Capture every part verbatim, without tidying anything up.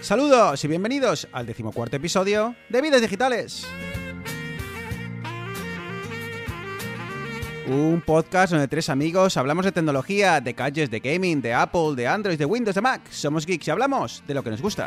Saludos y bienvenidos al decimocuarto episodio de Vidas Digitales. Un podcast donde tres amigos hablamos de tecnología, de gadgets, de gaming, de Apple, de Android, de Windows, de Mac. Somos geeks y hablamos de lo que nos gusta.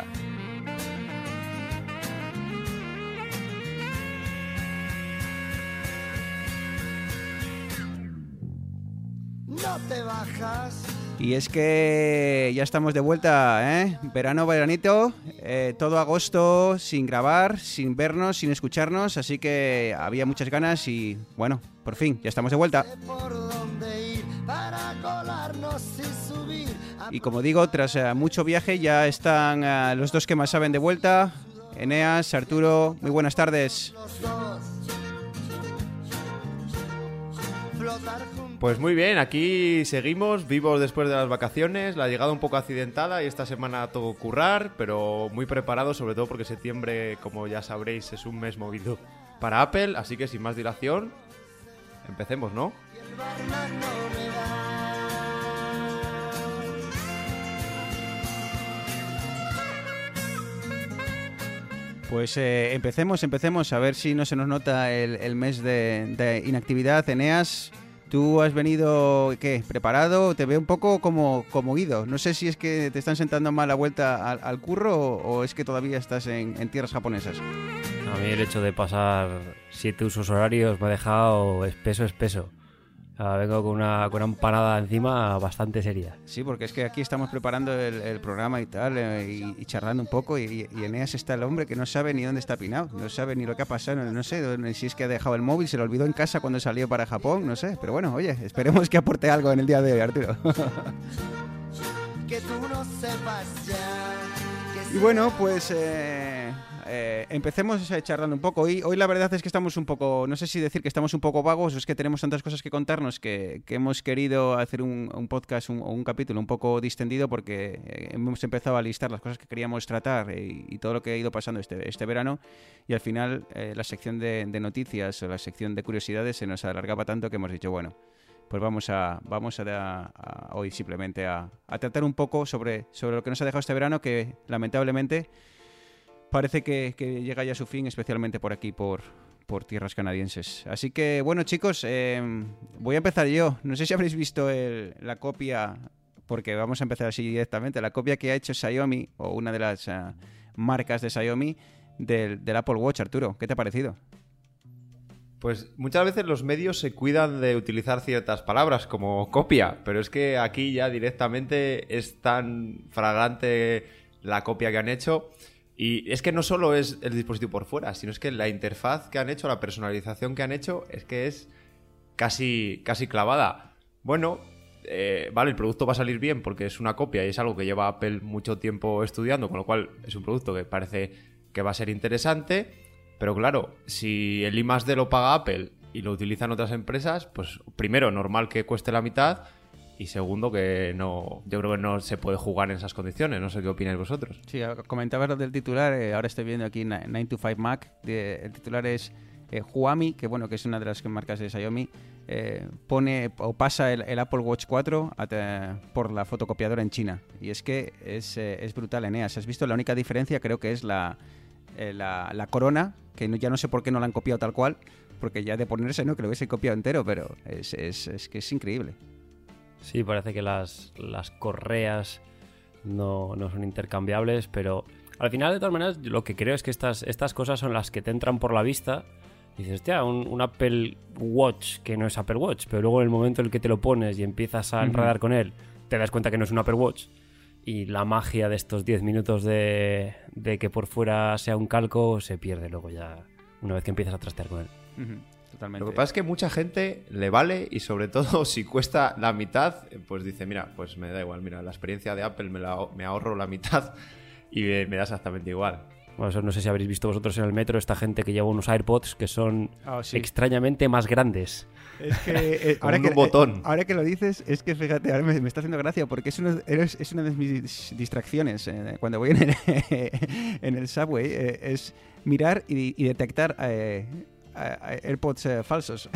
No te bajas. Y es que ya estamos de vuelta, ¿eh? Verano, veranito, eh, todo agosto sin grabar, sin vernos, sin escucharnos, así que había muchas ganas y, bueno, por fin, ya estamos de vuelta. Y como digo, tras uh, mucho viaje ya están uh, los dos que más saben de vuelta. Eneas, Arturo, muy buenas tardes. Pues muy bien, aquí seguimos, vivos después de las vacaciones, la llegada un poco accidentada y esta semana todo currar, pero muy preparados, sobre todo porque septiembre, como ya sabréis, es un mes movido para Apple, así que sin más dilación, empecemos, ¿no? Pues eh, empecemos, empecemos, a ver si no se nos nota el, el mes de, de inactividad. Eneas, ¿tú has venido, qué, preparado? Te veo un poco como, como ido. No sé si es que te están sentando mal la vuelta al, al curro o, o es que todavía estás en, en tierras japonesas. A mí el hecho de pasar siete usos horarios me ha dejado espeso, espeso. O sea, vengo con una, con una empanada encima bastante seria. Sí, porque es que aquí estamos preparando el, el programa y tal, eh, y, y charlando un poco, y, y Eneas está el hombre que no sabe ni dónde está Pinao, no sabe ni lo que ha pasado, no, no sé si es que ha dejado el móvil, se lo olvidó en casa cuando salió para Japón, no sé, pero bueno, oye, esperemos que aporte algo en el día de hoy, Arturo. Que tú no sepas ya, que y bueno, pues eh, eh, empecemos eh, charlando un poco. Hoy, hoy la verdad es que estamos un poco, no sé si decir que estamos un poco vagos o es que tenemos tantas cosas que contarnos que, que hemos querido hacer un, un podcast o un, un capítulo un poco distendido porque eh, hemos empezado a listar las cosas que queríamos tratar y, y todo lo que ha ido pasando este, este verano y al final eh, la sección de, de noticias o la sección de curiosidades se nos alargaba tanto que hemos dicho, bueno, pues vamos a vamos a, a, a hoy simplemente a, a tratar un poco sobre, sobre lo que nos ha dejado este verano que lamentablemente parece que, que llega ya a su fin, especialmente por aquí, por, por tierras canadienses. Así que, bueno, chicos, eh, voy a empezar yo. No sé si habréis visto el, la copia, porque vamos a empezar así directamente, la copia que ha hecho Xiaomi, o una de las uh, marcas de Xiaomi, del, del Apple Watch. Arturo, ¿qué te ha parecido? Pues muchas veces los medios se cuidan de utilizar ciertas palabras como copia, pero es que aquí ya directamente es tan flagrante la copia que han hecho. Y es que no solo es el dispositivo por fuera, sino es que la interfaz que han hecho, la personalización que han hecho, es que es casi, casi clavada. Bueno, eh, vale, el producto va a salir bien porque es una copia y es algo que lleva Apple mucho tiempo estudiando, con lo cual es un producto que parece que va a ser interesante. Pero claro, si el I más D lo paga Apple y lo utilizan otras empresas, pues primero, normal que cueste la mitad. Y segundo, que no, yo creo que no se puede jugar en esas condiciones. No sé qué opináis vosotros. Sí, comentabas lo del titular. Eh, ahora estoy viendo aquí nine to five Mac. De, el titular es eh, Huami, que bueno, que es una de las marcas de Xiaomi. Eh, pone o pasa el, el Apple Watch cuatro a te, por la fotocopiadora en China. Y es que es, eh, es brutal, Eneas. ¿Has visto? La única diferencia creo que es la, eh, la, la corona, que no, ya no sé por qué no la han copiado tal cual, porque ya de ponerse, ¿no? Que lo hubiese copiado entero, pero es, es, es que es increíble. Sí, parece que las, las correas no, no son intercambiables, pero al final, de todas maneras, lo que creo es que estas, estas cosas son las que te entran por la vista. Y dices, hostia, un, un Apple Watch que no es Apple Watch, pero luego en el momento en el que te lo pones y empiezas a enredar uh-huh. con él, te das cuenta que no es un Apple Watch. Y la magia de estos diez minutos de, de que por fuera sea un calco se pierde luego ya, una vez que empiezas a trastear con él. Uh-huh. Totalmente. Lo que pasa es que mucha gente le vale y sobre todo si cuesta la mitad, pues dice, mira, pues me da igual, mira, la experiencia de Apple me, la, me ahorro la mitad y me, me da exactamente igual. Bueno, eso no sé si habréis visto vosotros en el metro esta gente que lleva unos AirPods que son oh, sí. extrañamente más grandes. Es que, eh, ahora, que, un botón. Eh, ahora que lo dices, es que fíjate, ahora me, me está haciendo gracia porque es una, es, es una de mis distracciones eh, cuando voy en el, en el subway, eh, es mirar y, y detectar eh, AirPods eh, falsos.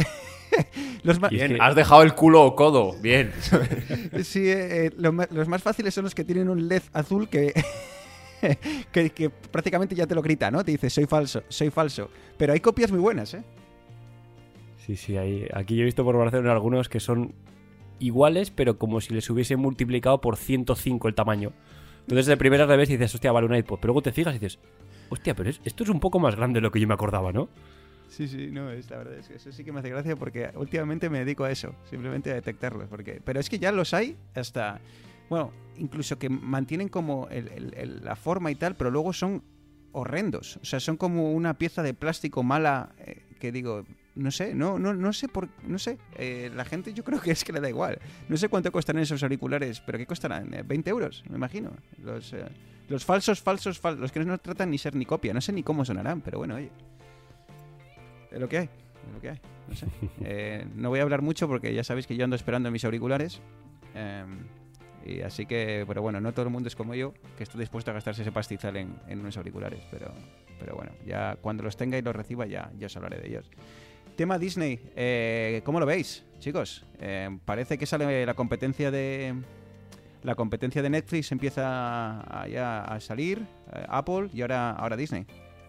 Los más... Bien, has dejado el culo o codo, bien. Sí, eh, lo, los más fáciles son los que tienen un L E D azul que... que, que prácticamente ya te lo grita, ¿no? Te dice, soy falso, soy falso. Pero hay copias muy buenas, ¿eh? Sí, sí, hay, aquí yo he visto por Barcelona algunos que son iguales, pero como si les hubiese multiplicado por ciento cinco el tamaño. Entonces de primeras la ves y dices, hostia, vale un iPod. Pero luego te fijas y dices, hostia, pero es, esto es un poco más grande de lo que yo me acordaba, ¿no? Sí, sí, no, es la verdad es que eso sí que me hace gracia porque últimamente me dedico a eso, simplemente a detectarlos. Porque, pero es que ya los hay hasta, bueno, incluso que mantienen como el, el, el, la forma y tal, pero luego son horrendos. O sea, son como una pieza de plástico mala eh, que digo, no sé, no, no, no sé por, no sé. Eh, la gente yo creo que es que le da igual. No sé cuánto costarán esos auriculares, pero ¿qué costarán? veinte euros, me imagino. Los, eh, los falsos, falsos, falsos, los que no tratan ni ser ni copia. No sé ni cómo sonarán, pero bueno, oye. Es lo que hay, es lo que hay, no sé. Eh, no voy a hablar mucho porque ya sabéis que yo ando esperando mis auriculares. Eh, y así que, pero bueno, no todo el mundo es como yo, que estoy dispuesto a gastarse ese pastizal en, en unos auriculares. Pero, pero bueno, ya cuando los tenga y los reciba ya, ya os hablaré de ellos. Tema Disney, eh, ¿cómo lo veis, chicos? Eh, parece que sale la competencia de... La competencia de Netflix empieza a, ya a salir, eh, Apple y ahora, ahora Disney.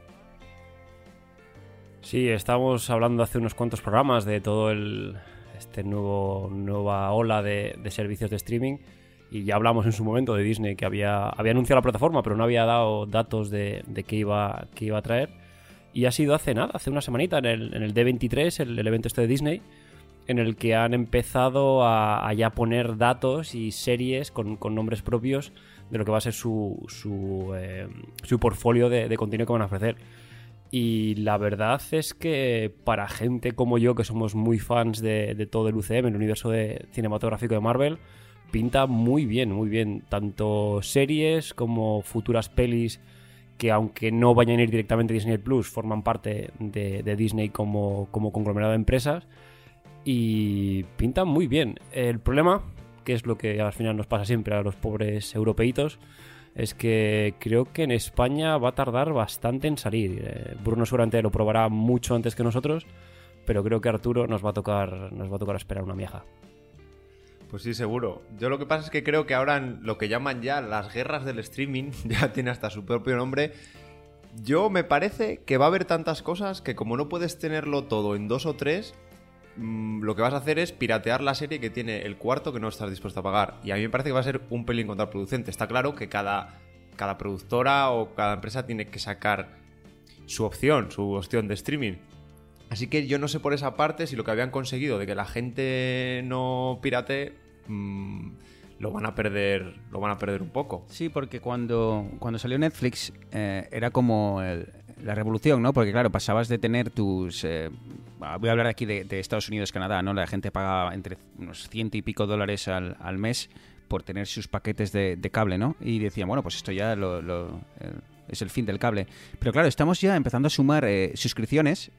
Sí, estábamos hablando hace unos cuantos programas de todo el este nuevo nueva ola de, de servicios de streaming y ya hablamos en su momento de Disney que había, había anunciado la plataforma pero no había dado datos de, de qué iba, qué iba a traer y ha sido hace nada, hace una semanita en el, en el D veintitrés, el, el evento este de Disney en el que han empezado a, a ya poner datos y series con, con nombres propios de lo que va a ser su, su, eh, su portfolio de, de contenido que van a ofrecer. Y la verdad es que para gente como yo, que somos muy fans de, de todo el U C M, el universo de, cinematográfico de Marvel, pinta muy bien, muy bien. Tanto series como futuras pelis que, aunque no vayan a ir directamente a Disney Plus, forman parte de, de Disney como, como conglomerado de empresas. Y pintan muy bien. El problema, que es lo que al final nos pasa siempre a los pobres europeitos, es que creo que en España va a tardar bastante en salir. Eh, Bruno seguramente lo probará mucho antes que nosotros, pero creo que Arturo nos va a tocar, nos va a tocar esperar una mieja. Pues sí, seguro. Yo lo que pasa es que creo que ahora en lo que llaman ya las guerras del streaming, ya tiene hasta su propio nombre. Yo me parece que va a haber tantas cosas que como no puedes tenerlo todo en dos o tres, mmm, lo que vas a hacer es piratear la serie que tiene el cuarto que no estás dispuesto a pagar. Y a mí me parece que va a ser un pelín contraproducente. Está claro que cada, cada productora o cada empresa tiene que sacar su opción, su opción de streaming. Así que yo no sé por esa parte si lo que habían conseguido de que la gente no piratee mmm, lo van a perder, lo van a perder un poco. Sí, porque cuando, cuando salió Netflix eh, era como el, la revolución, ¿no? Porque claro, pasabas de tener tus... Eh, voy a hablar aquí de, de Estados Unidos, Canadá, ¿no? La gente paga entre unos ciento y pico dólares al, al mes por tener sus paquetes de, de cable, ¿no? Y decían, bueno, pues esto ya lo, lo, eh, es el fin del cable. Pero claro, estamos ya empezando a sumar eh, suscripciones.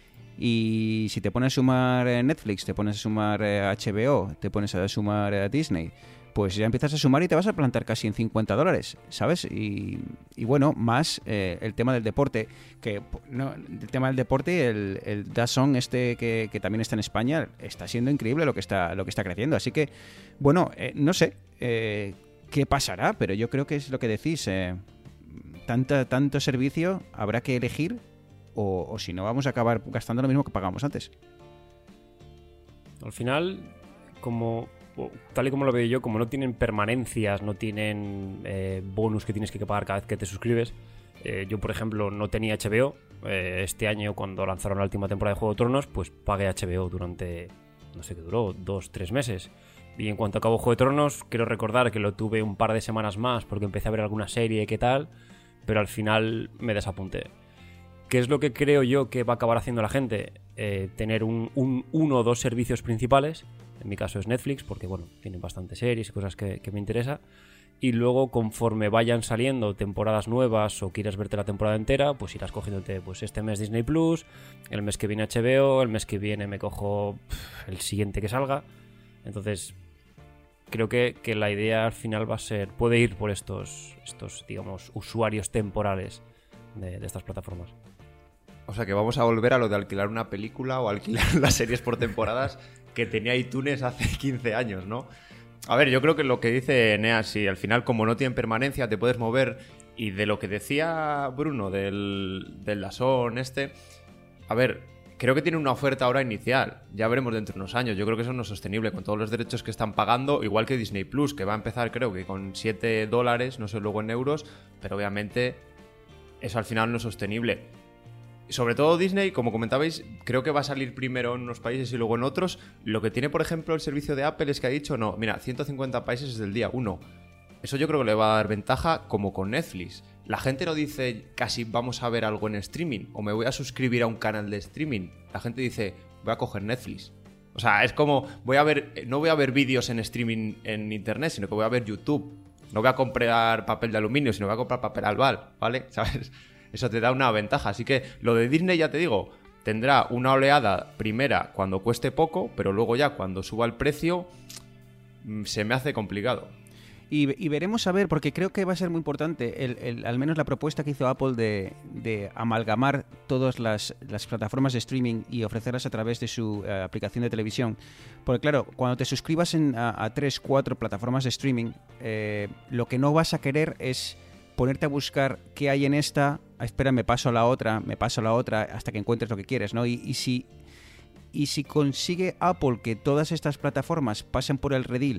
Y si te pones a sumar eh, Netflix, te pones a sumar eh, H B O, te pones a sumar eh, Disney, pues ya empiezas a sumar y te vas a plantar casi en cincuenta dólares, ¿sabes? Y, y bueno, más eh, el tema del deporte, que no, el tema del deporte, el, el D A Z N este que, que también está en España, está siendo increíble lo que está, lo que está creciendo. Así que, bueno, eh, no sé eh, qué pasará, pero yo creo que es lo que decís, eh, tanta, tanto servicio, habrá que elegir. O, o si no, vamos a acabar gastando lo mismo que pagamos antes. Al final, como tal y como lo veo yo, como no tienen permanencias, no tienen eh, bonus que tienes que pagar cada vez que te suscribes. Eh, yo, por ejemplo, no tenía H B O. Eh, este año, cuando lanzaron la última temporada de Juego de Tronos, pues pagué H B O durante, no sé qué duró, dos, tres meses. Y en cuanto acabó Juego de Tronos, quiero recordar que lo tuve un par de semanas más porque empecé a ver alguna serie y qué tal, pero al final me desapunté. ¿Qué es lo que creo yo que va a acabar haciendo la gente? Eh, tener un, un, uno o dos servicios principales. En mi caso es Netflix, porque bueno, tienen bastantes series y cosas que, que me interesa. Y luego, conforme vayan saliendo temporadas nuevas o quieras verte la temporada entera, pues irás cogiéndote pues este mes Disney Plus, el mes que viene H B O, el mes que viene me cojo pff, el siguiente que salga. Entonces, creo que, que la idea al final va a ser, puede ir por estos, estos digamos, usuarios temporales de, de estas plataformas. O sea que vamos a volver a lo de alquilar una película o alquilar las series por temporadas que tenía iTunes hace quince años, ¿no? A ver, yo creo que lo que dice Eneas, si al final como no tienen permanencia te puedes mover Y de lo que decía Bruno del, del DAZN este, a ver, creo que tiene una oferta ahora inicial. Ya veremos dentro de unos años. Yo creo que eso no es sostenible con todos los derechos que están pagando, igual que Disney Plus, que va a empezar creo que con siete dólares, no sé luego en euros, pero obviamente eso al final no es sostenible. Sobre todo Disney, como comentabais, creo que va a salir primero en unos países y luego en otros. Lo que tiene, por ejemplo, el servicio de Apple es que ha dicho, no, mira, ciento cincuenta países desde el día uno. Eso yo creo que le va a dar ventaja, como con Netflix. La gente no dice casi vamos a ver algo en streaming o me voy a suscribir a un canal de streaming. La gente dice, voy a coger Netflix. O sea, es como, voy a ver, no voy a ver vídeos en streaming en internet, sino que voy a ver YouTube. No voy a comprar papel de aluminio, sino voy a comprar papel albal, ¿vale? ¿Sabes? Eso te da una ventaja. Así que lo de Disney, ya te digo, tendrá una oleada primera cuando cueste poco, pero luego ya cuando suba el precio se me hace complicado. Y, y veremos a ver, porque creo que va a ser muy importante, el, el, al menos la propuesta que hizo Apple de, de amalgamar todas las, las plataformas de streaming y ofrecerlas a través de su uh, aplicación de televisión. Porque claro, cuando te suscribas en, a, a tres, cuatro plataformas de streaming, eh, lo que no vas a querer es ponerte a buscar qué hay en esta, ah, espera, me paso a la otra, me paso a la otra, hasta que encuentres lo que quieres, ¿no? Y, y si y si consigue Apple que todas estas plataformas pasen por el redil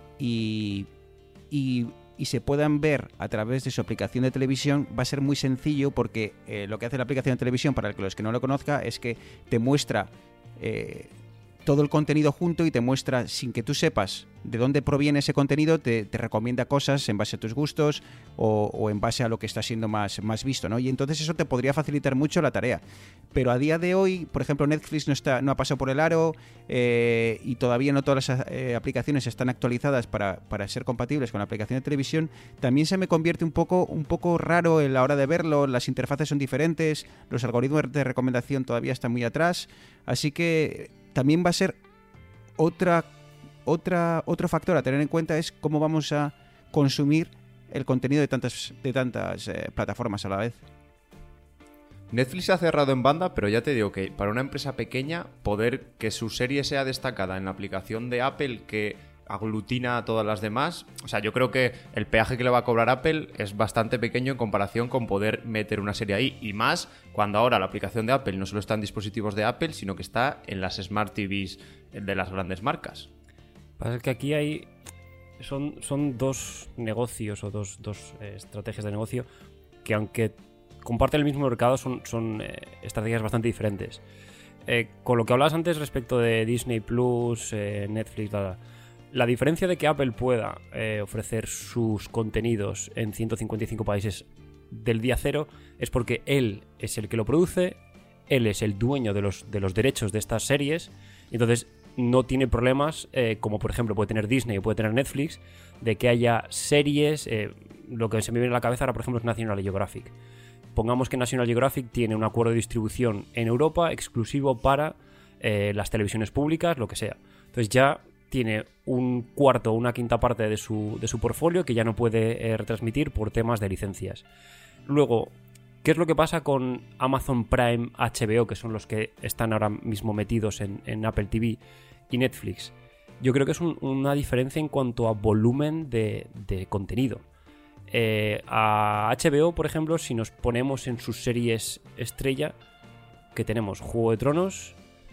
y, y, y se puedan ver a través de su aplicación de televisión, va a ser muy sencillo porque eh, lo que hace la aplicación de televisión, para los que no lo conozca, es que te muestra eh, todo el contenido junto y te muestra, sin que tú sepas de dónde proviene ese contenido, te, te recomienda cosas en base a tus gustos o, o en base a lo que está siendo más, más visto, ¿no? Y entonces eso te podría facilitar mucho la tarea. Pero a día de hoy, por ejemplo, Netflix no, está, no ha pasado por el aro eh, y todavía no todas las eh, aplicaciones están actualizadas para, para ser compatibles con la aplicación de televisión. También se me convierte un poco, un poco raro en la hora de verlo, las interfaces son diferentes, los algoritmos de recomendación todavía están muy atrás, así que también va a ser otra, otra, otro factor a tener en cuenta, es cómo vamos a consumir el contenido de tantas, de tantas eh, plataformas a la vez. Netflix se ha cerrado en banda, pero ya te digo que para una empresa pequeña, poder que su serie sea destacada en la aplicación de Apple que aglutina a todas las demás, o sea, yo creo que el peaje que le va a cobrar Apple es bastante pequeño en comparación con poder meter una serie ahí, y más cuando ahora la aplicación de Apple no solo está en dispositivos de Apple, sino que está en las Smart T Vs de las grandes marcas. Pasa que aquí hay son, son dos negocios o dos, dos eh, estrategias de negocio que, aunque comparten el mismo mercado, son, son eh, estrategias bastante diferentes. Eh, con lo que hablabas antes respecto de Disney Plus, eh, Netflix, la, la diferencia de que Apple pueda eh, ofrecer sus contenidos en ciento cincuenta y cinco países del día cero es porque él es el que lo produce, él es el dueño de los, de los derechos de estas series, entonces no tiene problemas, eh, como por ejemplo puede tener Disney o puede tener Netflix, de que haya series. Eh, lo que se me viene a la cabeza ahora, por ejemplo, es National Geographic. Pongamos que National Geographic tiene un acuerdo de distribución en Europa exclusivo para eh, las televisiones públicas, lo que sea. Entonces ya tiene un cuarto o una quinta parte de su, de su portfolio que ya no puede eh, retransmitir por temas de licencias. Luego, ¿qué es lo que pasa con Amazon Prime, H B O, que son los que están ahora mismo metidos en, en Apple T V, y Netflix? Yo creo que es un, una diferencia en cuanto a volumen de, de contenido. Eh, a H B O, por ejemplo, si nos ponemos en sus series estrella, que tenemos Juego de Tronos,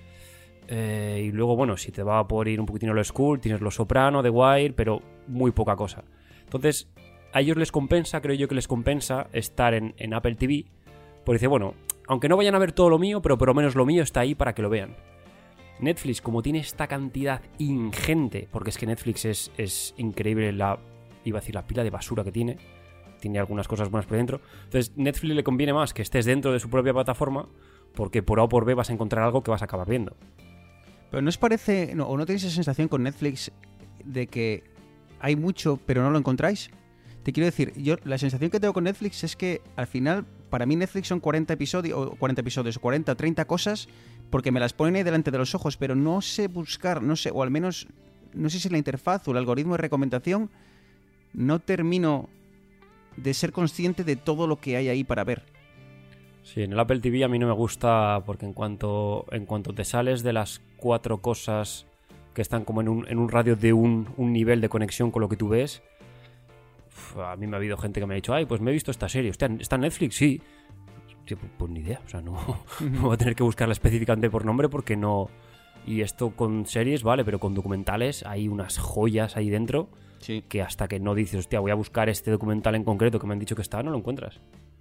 eh, y luego, bueno, si te va por ir un poquitín a lo school, tienes Los Soprano, The Wire, pero muy poca cosa. Entonces, a ellos les compensa, creo yo que les compensa estar en, en Apple T V, porque dice, bueno, aunque no vayan a ver todo lo mío, pero por lo menos lo mío está ahí para que lo vean. Netflix, como tiene esta cantidad ingente, porque es que Netflix es, es increíble la, iba a decir, la pila de basura que tiene, tiene algunas cosas buenas por dentro, entonces Netflix le conviene más que estés dentro de su propia plataforma, porque por A o por B vas a encontrar algo que vas a acabar viendo. Pero ¿no os parece, no, o no tenéis esa sensación con Netflix de que hay mucho pero no lo encontráis? Te quiero decir, yo la sensación que tengo con Netflix es que al final, para mí Netflix son cuarenta episodios, o cuarenta episodios, o cuarenta, treinta cosas, porque me las ponen ahí delante de los ojos, pero no sé buscar, no sé, o al menos, no sé si la interfaz o el algoritmo de recomendación, no termino de ser consciente de todo lo que hay ahí para ver. Sí, en el Apple T V a mí no me gusta porque en cuanto, en cuanto te sales de las cuatro cosas que están como en un, en un radio de un, un nivel de conexión con lo que tú ves, uf, a mí me ha habido gente que me ha dicho, ay, pues me he visto esta serie. Hostia, ¿está en Netflix? Sí. Tío, pues, pues ni idea. O sea, no, no voy a tener que buscarla específicamente por nombre porque no... Y esto con series, vale, pero con documentales hay unas joyas ahí dentro Sí. que hasta que no dices, hostia, voy a buscar este documental en concreto que me han dicho que está, no lo encuentras.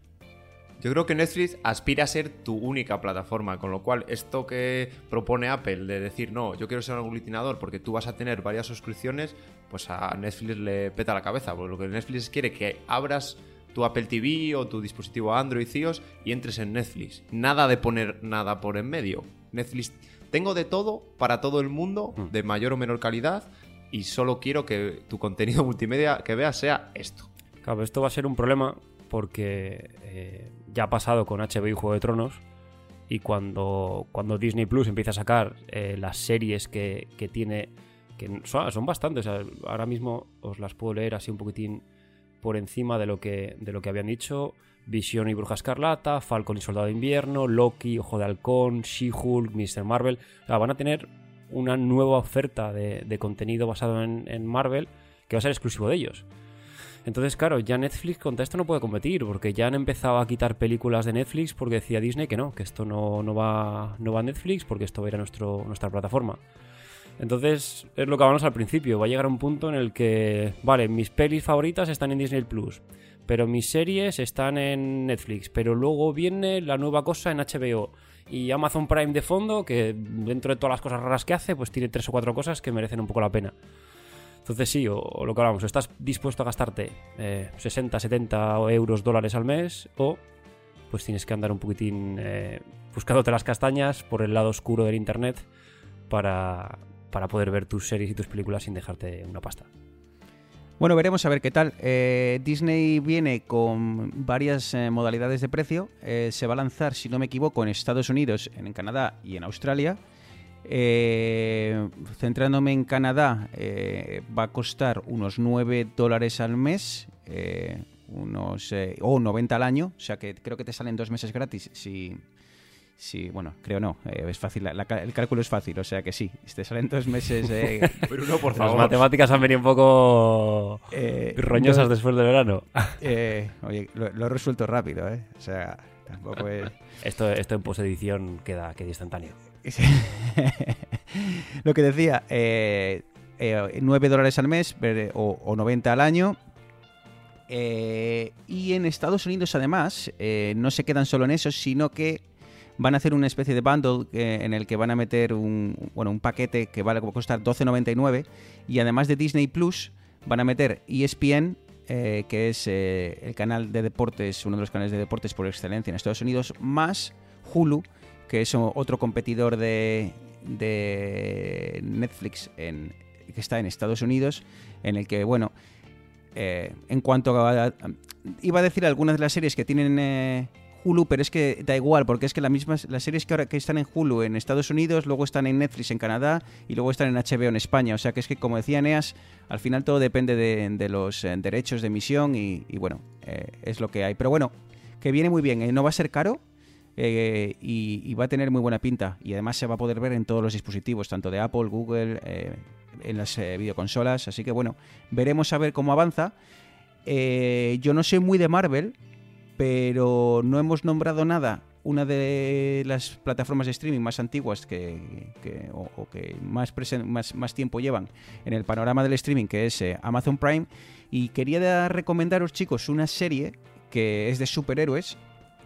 Yo creo que Netflix aspira a ser tu única plataforma, con lo cual esto que propone Apple de decir, no, yo quiero ser un aglutinador porque tú vas a tener varias suscripciones, pues a Netflix le peta la cabeza, porque lo que Netflix quiere es que abras tu Apple T V o tu dispositivo Android, iOS y entres en Netflix. Nada de poner nada por en medio. Netflix, tengo de todo para todo el mundo, de mayor o menor calidad, y solo quiero que tu contenido multimedia que veas sea esto. Claro, esto va a ser un problema porque eh, ya ha pasado con H B O y Juego de Tronos, y cuando, cuando Disney Plus empieza a sacar eh, las series que, que tiene, que son, son bastantes, o sea, ahora mismo os las puedo leer así un poquitín por encima de lo que, de lo que habían dicho: Visión y Bruja Escarlata, Falcon y Soldado de Invierno, Loki, Ojo de Halcón, She-Hulk, míster Marvel. O sea, van a tener una nueva oferta de, de contenido basado en, en Marvel que va a ser exclusivo de ellos. Entonces, claro, ya Netflix contra esto no puede competir, porque ya han empezado a quitar películas de Netflix porque decía Disney que no, que esto no, no, va, no va a Netflix porque esto va a ir a nuestro, nuestra plataforma. Entonces, es lo que hablamos al principio, va a llegar un punto en el que, vale, mis pelis favoritas están en Disney Plus, pero mis series están en Netflix, pero luego viene la nueva cosa en H B O y Amazon Prime de fondo, que dentro de todas las cosas raras que hace, pues tiene tres o cuatro cosas que merecen un poco la pena. Entonces sí, o, o lo que hablamos, o estás dispuesto a gastarte eh, sesenta, setenta euros, dólares al mes, o pues tienes que andar un poquitín eh, buscándote las castañas por el lado oscuro del internet para, para poder ver tus series y tus películas sin dejarte una pasta. Bueno, veremos a ver qué tal. Eh, Disney viene con varias eh, modalidades de precio. Eh, se va a lanzar, si no me equivoco, en Estados Unidos, en Canadá y en Australia. Eh, centrándome en Canadá, eh, va a costar unos nueve dólares al mes, eh, unos eh, o noventa al año, o sea que creo que te salen dos meses gratis. Si, si bueno, creo no, eh, es fácil, la, la, el cálculo es fácil, o sea que sí, te salen dos meses. Eh, Bruno, por Las favor. matemáticas han venido un poco eh, roñosas no, después del verano. eh, oye, lo, lo he resuelto rápido, ¿eh? O sea, tampoco es. Esto, esto en posedición queda, queda instantáneo. Lo que decía, eh, eh, nueve dólares al mes o, o noventa al año. Eh, y en Estados Unidos, además, eh, no se quedan solo en eso, sino que van a hacer una especie de bundle eh, en el que van a meter un, bueno, un paquete que va a costar doce noventa y nueve. Y además de Disney Plus, van a meter E S P N, eh, que es eh, el canal de deportes, uno de los canales de deportes por excelencia en Estados Unidos, más Hulu, que es otro competidor de, de Netflix en, que está en Estados Unidos, en el que, bueno, eh, en cuanto a, a... Iba a decir algunas de las series que tienen eh, Hulu, pero es que da igual, porque es que las mismas las series que ahora que están en Hulu en Estados Unidos, luego están en Netflix en Canadá y luego están en H B O en España. O sea que es que, como decía Eneas, al final todo depende de, de los eh, derechos de emisión y, y bueno, eh, es lo que hay. Pero bueno, que viene muy bien, ¿eh? No va a ser caro. Eh, y, y va a tener muy buena pinta y además se va a poder ver en todos los dispositivos, tanto de Apple, Google, eh, en las eh, videoconsolas, así que bueno, veremos a ver cómo avanza. Eh, yo no soy muy de Marvel, pero no hemos nombrado nada. Una de las plataformas de streaming más antiguas que, que, o, o que más, presen, más, más tiempo llevan en el panorama del streaming, que es eh, Amazon Prime, y quería recomendaros, chicos, una serie que es de superhéroes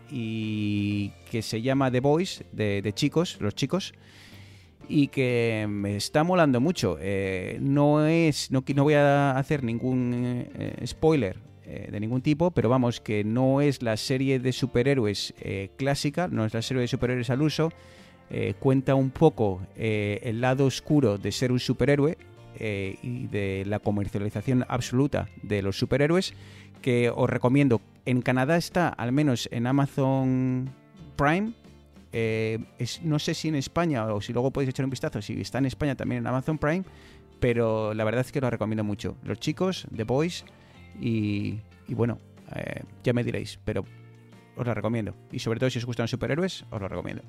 y que se llama The Boys, de, de chicos, los chicos, y que me está molando mucho. Eh, no es, no, no voy a hacer ningún eh, spoiler eh, de ningún tipo, pero vamos, que no es la serie de superhéroes eh, clásica, no es la serie de superhéroes al uso. Eh, cuenta un poco eh, el lado oscuro de ser un superhéroe eh, y de la comercialización absoluta de los superhéroes, que os recomiendo. En Canadá está, al menos en Amazon Prime. Eh, es, no sé si en España o si luego podéis echar un vistazo, si está en España también en Amazon Prime, pero la verdad es que lo recomiendo mucho. Los chicos, The Boys, y, y bueno, eh, ya me diréis, pero os la recomiendo. Y sobre todo si os gustan los superhéroes, os lo recomiendo.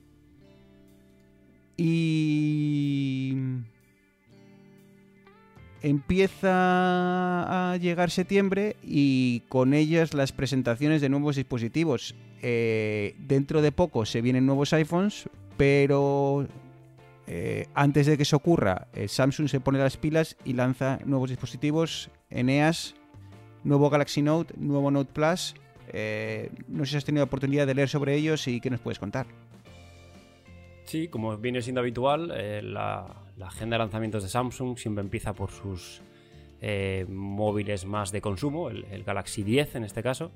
Y... empieza a llegar septiembre y con ellas las presentaciones de nuevos dispositivos. Eh, dentro de poco se vienen nuevos iPhones, pero eh, antes de que eso ocurra, eh, Samsung se pone las pilas y lanza nuevos dispositivos, Eneas, nuevo Galaxy Note, nuevo Note Plus. Eh, no sé si has tenido oportunidad de leer sobre ellos y qué nos puedes contar. Sí, como viene siendo habitual, eh, la, la agenda de lanzamientos de Samsung siempre empieza por sus eh, móviles más de consumo, el, el Galaxy diez en este caso.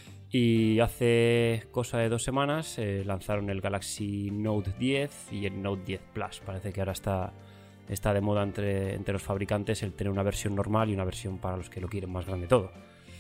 Y hace cosa de dos semanas eh, lanzaron el Galaxy Note diez y el Note diez Plus. Parece que ahora está, está de moda entre, entre los fabricantes el tener una versión normal y una versión para los que lo quieren más grande todo.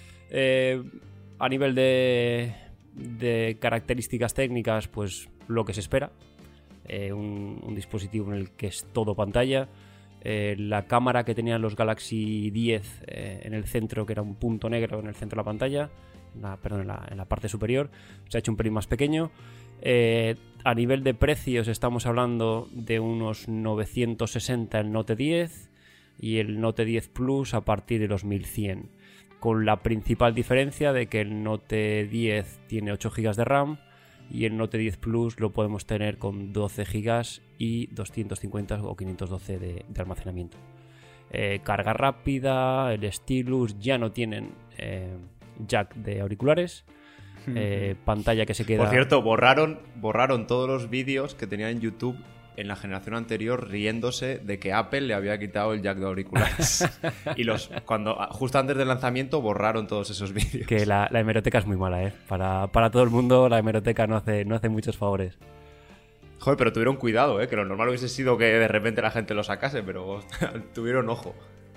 Eh, a nivel de, de características técnicas, pues lo que se espera. Eh, un, un dispositivo en el que es todo pantalla. Eh, la cámara que tenían los Galaxy diez eh, en el centro, que era un punto negro en el centro de la pantalla, la, perdón, en la, en la parte superior, se ha hecho un pelín más pequeño. Eh, a nivel de precios estamos hablando de unos novecientos sesenta el Note diez y el Note diez Plus a partir de los mil cien, con la principal diferencia de que el Note diez tiene ocho gigas de RAM y el Note diez Plus lo podemos tener con doce gigas y doscientos cincuenta o quinientos doce de, de almacenamiento. Eh, carga rápida, el stylus, ya no tienen eh, jack de auriculares, eh, pantalla que se queda... Por cierto, borraron, borraron todos los vídeos que tenían en YouTube en la generación anterior riéndose de que Apple le había quitado el jack de auriculares. Y los cuando justo antes del lanzamiento borraron todos esos vídeos. Que la, la hemeroteca es muy mala, ¿eh? Para, para todo el mundo la hemeroteca no hace, no hace muchos favores. Joder, pero tuvieron cuidado, ¿eh? Que lo normal hubiese sido que de repente la gente lo sacase, pero tuvieron ojo.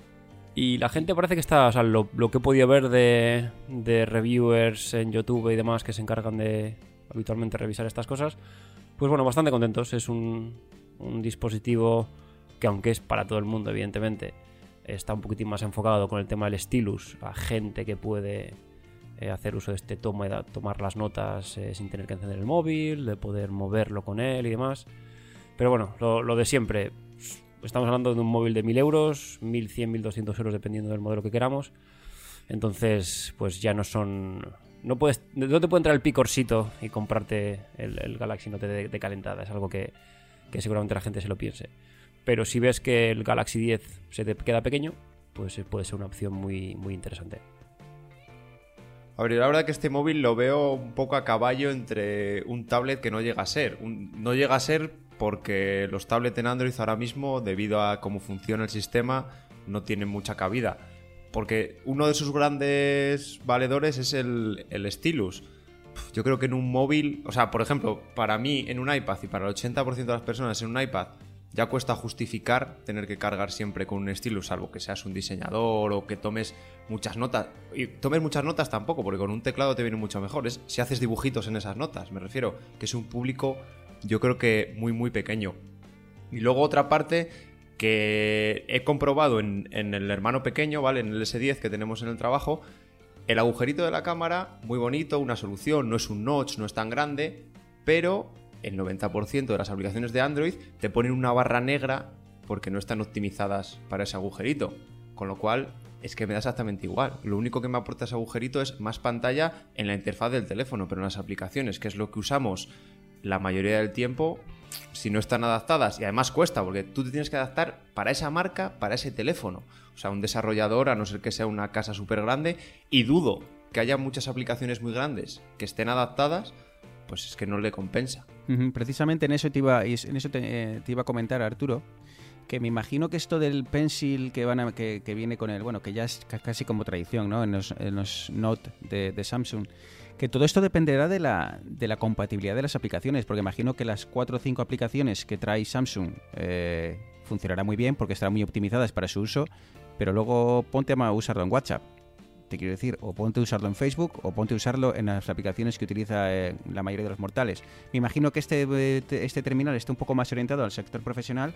Y la gente parece que está... O sea, lo, lo que he podido ver de, de reviewers en YouTube y demás que se encargan de habitualmente revisar estas cosas, pues bueno, bastante contentos. Es un, un dispositivo que, aunque es para todo el mundo, evidentemente, está un poquitín más enfocado con el tema del stylus, a gente que puede eh, hacer uso de este toma, tomar las notas eh, sin tener que encender el móvil, de poder moverlo con él y demás. Pero bueno, lo, lo de siempre. Estamos hablando de un móvil de mil euros, mil cien, mil doscientos euros dependiendo del modelo que queramos. Entonces, pues ya no son... No puedes, no te puede entrar el picorcito y comprarte el, el Galaxy Note de, de calentada. Es algo que, que seguramente la gente se lo piense. Pero si ves que el Galaxy diez se te queda pequeño, pues puede ser una opción muy, muy interesante. A ver, la verdad que este móvil lo veo un poco a caballo entre un tablet que no llega a ser. Un, no llega a ser porque los tablets en Android ahora mismo, debido a cómo funciona el sistema, no tienen mucha cabida. Porque uno de sus grandes valedores es el, el stylus. Yo creo que en un móvil... O sea, por ejemplo, para mí en un iPad y para el ochenta por ciento de las personas en un iPad ya cuesta justificar tener que cargar siempre con un stylus, salvo que seas un diseñador o que tomes muchas notas. Y tomes muchas notas tampoco, porque con un teclado te viene mucho mejor. Es si haces dibujitos en esas notas, me refiero, que es un público, yo creo que muy, muy pequeño. Y luego otra parte que he comprobado en, en el hermano pequeño, ¿vale? En el ese diez que tenemos en el trabajo, el agujerito de la cámara, muy bonito, una solución, no es un notch, no es tan grande, pero el noventa por ciento de las aplicaciones de Android te ponen una barra negra porque no están optimizadas para ese agujerito, con lo cual es que me da exactamente igual. Lo único que me aporta ese agujerito es más pantalla en la interfaz del teléfono, pero en las aplicaciones, que es lo que usamos la mayoría del tiempo, si no están adaptadas, y además cuesta, porque tú te tienes que adaptar para esa marca, para ese teléfono. O sea, un desarrollador, a no ser que sea una casa súper grande, y dudo que haya muchas aplicaciones muy grandes que estén adaptadas, pues es que no le compensa. Uh-huh. Precisamente en eso te iba, en eso te, eh, te iba a comentar, Arturo, que me imagino que esto del Pencil que van a, que, que viene con el, bueno, que ya es casi como tradición, ¿no? En los, en los Note de, de Samsung, que todo esto dependerá de la, de la compatibilidad de las aplicaciones, porque imagino que las cuatro o cinco aplicaciones que trae Samsung eh, funcionarán muy bien porque estarán muy optimizadas para su uso, pero luego ponte a usarlo en WhatsApp, te quiero decir, o ponte a usarlo en Facebook, o ponte a usarlo en las aplicaciones que utiliza eh, la mayoría de los mortales. Me imagino que este, este terminal está un poco más orientado al sector profesional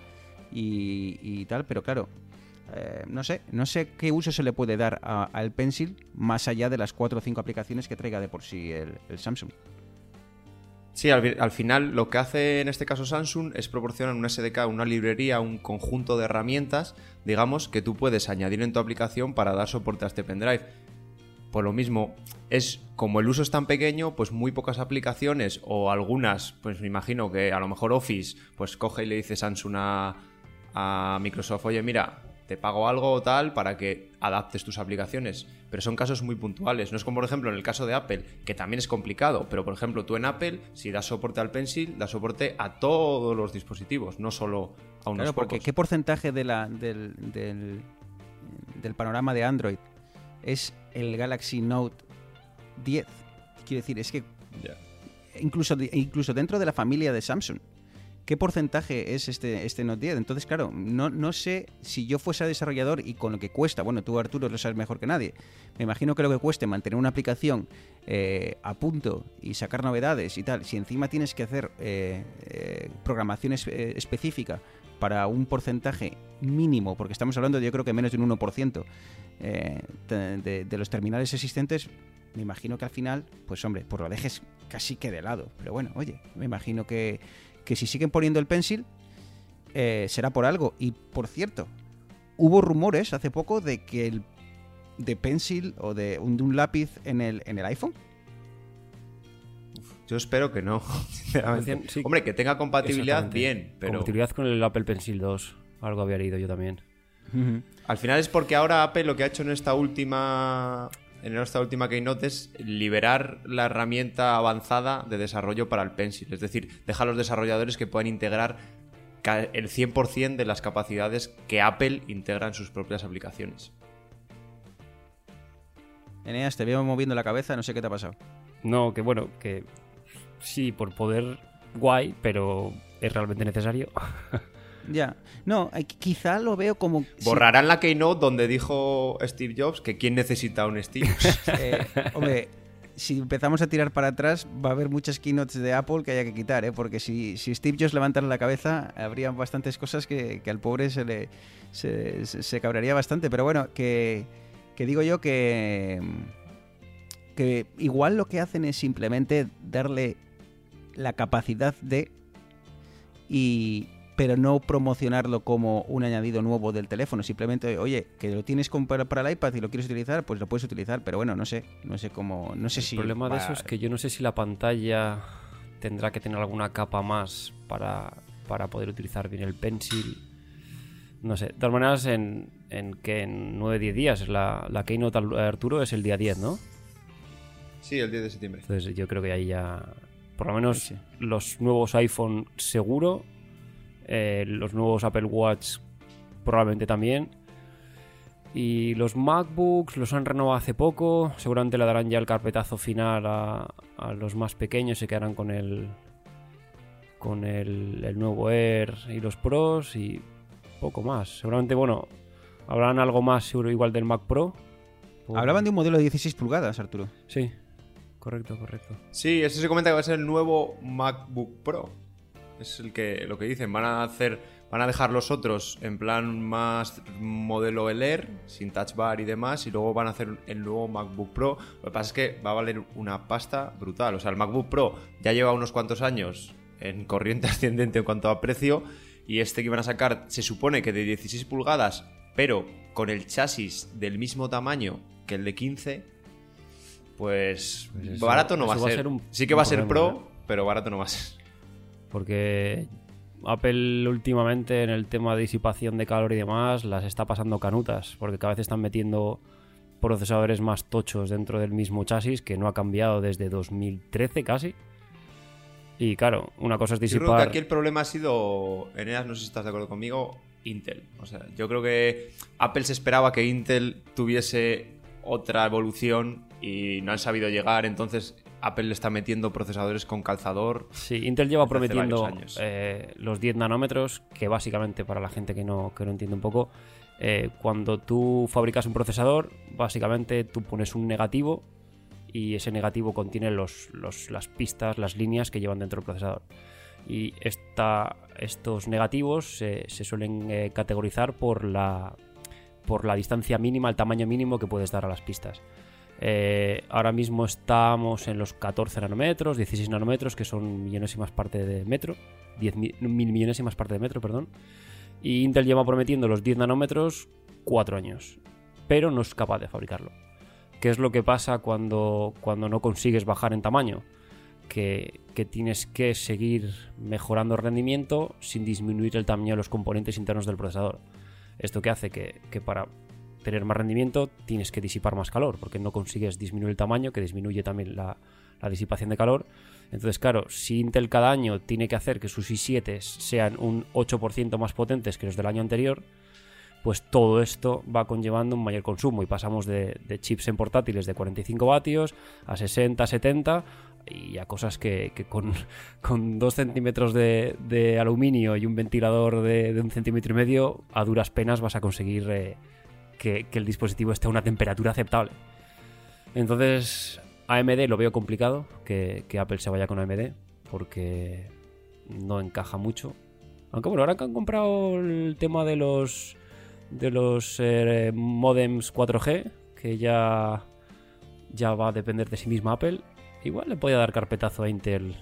y, y tal, pero claro, eh, no sé, no sé qué uso se le puede dar a, al Pencil más allá de las cuatro o cinco aplicaciones que traiga de por sí el, el Samsung. Sí, al, al final lo que hace en este caso Samsung es proporcionar un S D K, una librería, un conjunto de herramientas, digamos, que tú puedes añadir en tu aplicación para dar soporte a este pendrive. Por lo mismo, es como el uso es tan pequeño, pues muy pocas aplicaciones o algunas, pues me imagino que a lo mejor Office, pues coge y le dice Samsung a, a Microsoft, oye, mira, te pago algo o tal para que adaptes tus aplicaciones. Pero son casos muy puntuales. No es como, por ejemplo, en el caso de Apple, que también es complicado. Pero, por ejemplo, tú en Apple, si das soporte al Pencil, das soporte a todos los dispositivos, no solo a unos Claro, porque pocos. ¿qué porcentaje de la, del, del, del panorama de Android es el Galaxy Note diez? Quiero decir, es que Ya. incluso, incluso dentro de la familia de Samsung, ¿qué porcentaje es este, este Note diez? Entonces, claro, no, no sé si yo fuese desarrollador y con lo que cuesta, bueno, tú Arturo lo sabes mejor que nadie, me imagino que lo que cueste mantener una aplicación eh, a punto y sacar novedades y tal, si encima tienes que hacer eh, eh, programación es, eh, específica para un porcentaje mínimo, porque estamos hablando de yo creo que menos de un uno por ciento eh, de, de, de los terminales existentes, me imagino que al final, pues hombre, pues lo dejes casi que de lado. Pero bueno, oye, me imagino que que si siguen poniendo el Pencil eh, será por algo. Y por cierto, hubo rumores hace poco de que el de Pencil o de un, de un lápiz en el, en el iPhone. Yo espero que no, sinceramente. Decían, sí. Hombre, que tenga compatibilidad, Exactamente. bien, pero Compatibilidad con el Apple Pencil dos. Algo había leído yo también. Uh-huh. al final es porque ahora Apple lo que ha hecho en esta última en esta última Keynote es liberar la herramienta avanzada de desarrollo para el Pencil. Es decir, deja a los desarrolladores que puedan integrar el cien por ciento de las capacidades que Apple integra en sus propias aplicaciones. Eneas, te veo moviendo la cabeza, no sé qué te ha pasado. No, que bueno, que sí, por poder guay, pero es realmente necesario. Ya, no, hay- quizá lo veo como... Borrarán la Keynote donde dijo Steve Jobs que quién necesita un Steve. si- eh, hombre, si empezamos a tirar para atrás, va a haber muchas keynotes de Apple que haya que quitar, ¿eh? Porque si, si Steve Jobs levantara la cabeza, habría bastantes cosas que, que al pobre se le se, se- se cabrearía bastante. Pero bueno, que, que digo yo que, que igual lo que hacen es simplemente darle la capacidad de... y pero no promocionarlo como un añadido nuevo del teléfono, simplemente, oye, que lo tienes con- para, para el iPad y lo quieres utilizar, pues lo puedes utilizar, pero bueno, no sé, no sé cómo, no sé El si... problema de va- eso es que yo no sé si la pantalla tendrá que tener alguna capa más para, para poder utilizar bien el Pencil. No sé, de todas maneras, en, en que en nueve diez días, la, la Keynote al- Arturo es el día diez, ¿no? Sí, el diez de septiembre. Entonces yo creo que ahí ya, por lo menos Sí, sí. los nuevos iPhone seguro, eh, los nuevos Apple Watch probablemente también, y los MacBooks los han renovado hace poco, seguramente le darán ya el carpetazo final a, a los más pequeños, se quedarán con el con el, el nuevo Air y los Pros y poco más. Seguramente, bueno, habrán algo más seguro igual del Mac Pro. O- Hablaban de un modelo de dieciséis pulgadas, Arturo. Sí, correcto, correcto. Sí, ese se comenta que va a ser el nuevo MacBook Pro. Es el que lo que dicen, van a hacer, van a dejar los otros en plan más modelo el Air, sin touch bar y demás, y luego van a hacer el nuevo MacBook Pro. Lo que pasa es que va a valer una pasta brutal. O sea, el MacBook Pro ya lleva unos cuantos años en corriente ascendente en cuanto a precio, y este que van a sacar se supone que de dieciséis pulgadas, pero con el chasis del mismo tamaño que el de quince, pues, Pues eso- barato no va a eso va a ser. ser un- Sí que un va a ser problema, Pro, pero barato no va a ser. Porque Apple últimamente en el tema de disipación de calor y demás las está pasando canutas, porque cada vez están metiendo procesadores más tochos dentro del mismo chasis, que no ha cambiado desde dos mil trece casi. Y claro, una cosa es Yo creo disipar... que aquí el problema ha sido, Eneas, no sé si estás de acuerdo conmigo, Intel. O sea, yo creo que Apple se esperaba que Intel tuviese otra evolución y no han sabido llegar, entonces Apple le está metiendo procesadores con calzador. Sí, Intel lleva desde hace prometiendo varios años. eh, los diez nanómetros, que básicamente para la gente que no, que no entiende un poco, eh, cuando tú fabricas un procesador, básicamente tú pones un negativo y ese negativo contiene los, los- las pistas, las líneas que llevan dentro del procesador. Y esta, estos negativos se, se suelen eh, categorizar por la, por la distancia mínima, el tamaño mínimo que puedes dar a las pistas. Eh, ahora mismo estamos en los catorce nanómetros, dieciséis nanómetros, que son millonésimas parte de metro, diez mil, mil millonésimas parte de metro, perdón. Y Intel lleva prometiendo los diez nanómetros cuatro años, pero no es capaz de fabricarlo. ¿Qué es lo que pasa cuando, cuando no consigues bajar en tamaño? Que, que tienes que seguir mejorando el rendimiento sin disminuir el tamaño de los componentes internos del procesador. Esto que hace que, que para tener más rendimiento tienes que disipar más calor, porque no consigues disminuir el tamaño, que disminuye también la, la disipación de calor. Entonces, claro, si Intel cada año tiene que hacer que sus i siete sean un ocho por ciento más potentes que los del año anterior, pues todo esto va conllevando un mayor consumo y pasamos de, de chips en portátiles de cuarenta y cinco vatios a sesenta, setenta y a cosas que, que con, con dos centímetros de, de aluminio y un ventilador de, de un centímetro y medio a duras penas vas a conseguir eh, que, que el dispositivo esté a una temperatura aceptable. Entonces A M D lo veo complicado que, que Apple se vaya con A M D porque no encaja mucho, aunque bueno, ahora que han comprado el tema de los de los eh, modems cuatro G, que ya ya va a depender de sí misma Apple, igual le podía dar carpetazo a Intel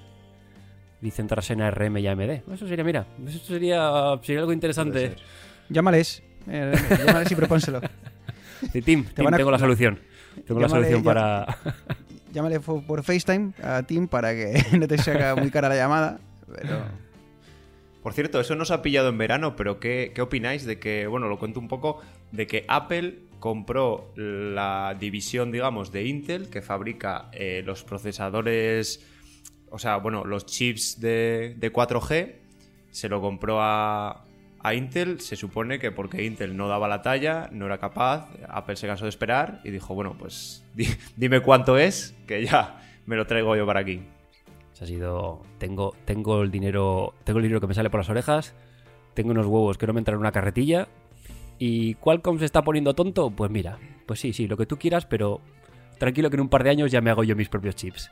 y centrarse en A R M y A M D. Eso sería, mira, eso sería, sería algo interesante. Llámales, eh, llámales y propónselo. Sí, Tim, Tim a... tengo la solución. Tengo llámale, la solución llá... para... Llámale por, por FaceTime a Tim para que no te salga muy cara la llamada, pero... Por cierto, eso nos ha pillado en verano, pero ¿qué, qué opináis de que, bueno, lo cuento un poco, de que Apple compró la división, digamos, de Intel, que fabrica eh, los procesadores, o sea, bueno, los chips de, de cuatro G, se lo compró a, a Intel, se supone que porque Intel no daba la talla, no era capaz, Apple se cansó de esperar y dijo, bueno, pues di, dime cuánto es, que ya me lo traigo yo para aquí. Ha sido, tengo, tengo el dinero, tengo el dinero que me sale por las orejas, tengo unos huevos que no me entran en una carretilla y Qualcomm se está poniendo tonto, pues mira, pues sí, sí, lo que tú quieras, pero tranquilo que en un par de años ya me hago yo mis propios chips.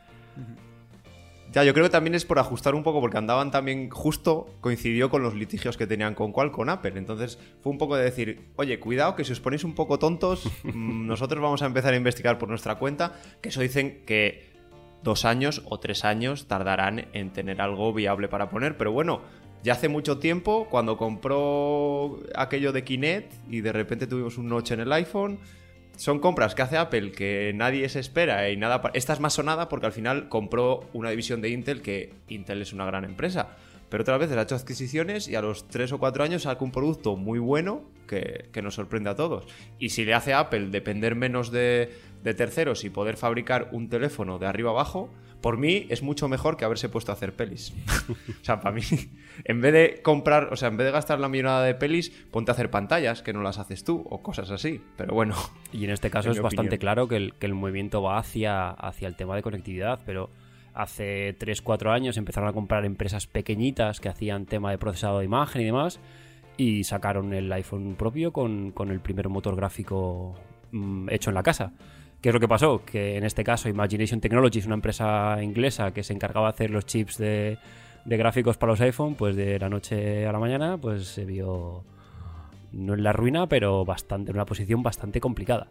Ya, yo creo que también es por ajustar un poco, porque andaban también, justo coincidió con los litigios que tenían con Qualcomm, con Apple, entonces fue un poco de decir, oye, cuidado que si os ponéis un poco tontos, nosotros vamos a empezar a investigar por nuestra cuenta, que eso dicen que dos años o tres años tardarán en tener algo viable para poner, pero bueno, ya hace mucho tiempo, cuando compró aquello de Kinect y de repente tuvimos un notch en el iPhone, son compras que hace Apple que nadie se espera y nada. Pa- Esta es más sonada porque al final compró una división de Intel, que Intel es una gran empresa, pero otras veces ha hecho adquisiciones y a los tres o cuatro años saca un producto muy bueno que, que nos sorprende a todos. Y si le hace a Apple depender menos de, de terceros y poder fabricar un teléfono de arriba abajo, por mí es mucho mejor que haberse puesto a hacer pelis. O sea, para mí, en vez de comprar, o sea, en vez de gastar la millonada de pelis, ponte a hacer pantallas, que no las haces tú, o cosas así. Pero bueno. Y en este caso en es mi bastante opinión. claro que el, que el movimiento va hacia, hacia el tema de conectividad, pero hace tres cuatro años empezaron a comprar empresas pequeñitas que hacían tema de procesado de imagen y demás, y sacaron el iPhone propio con, con el primer motor gráfico mmm, hecho en la casa. ¿Qué es lo que pasó? Que en este caso Imagination Technologies, una empresa inglesa que se encargaba de hacer los chips de, de gráficos para los iPhone, pues de la noche a la mañana pues se vio no en la ruina, pero bastante en una posición bastante complicada.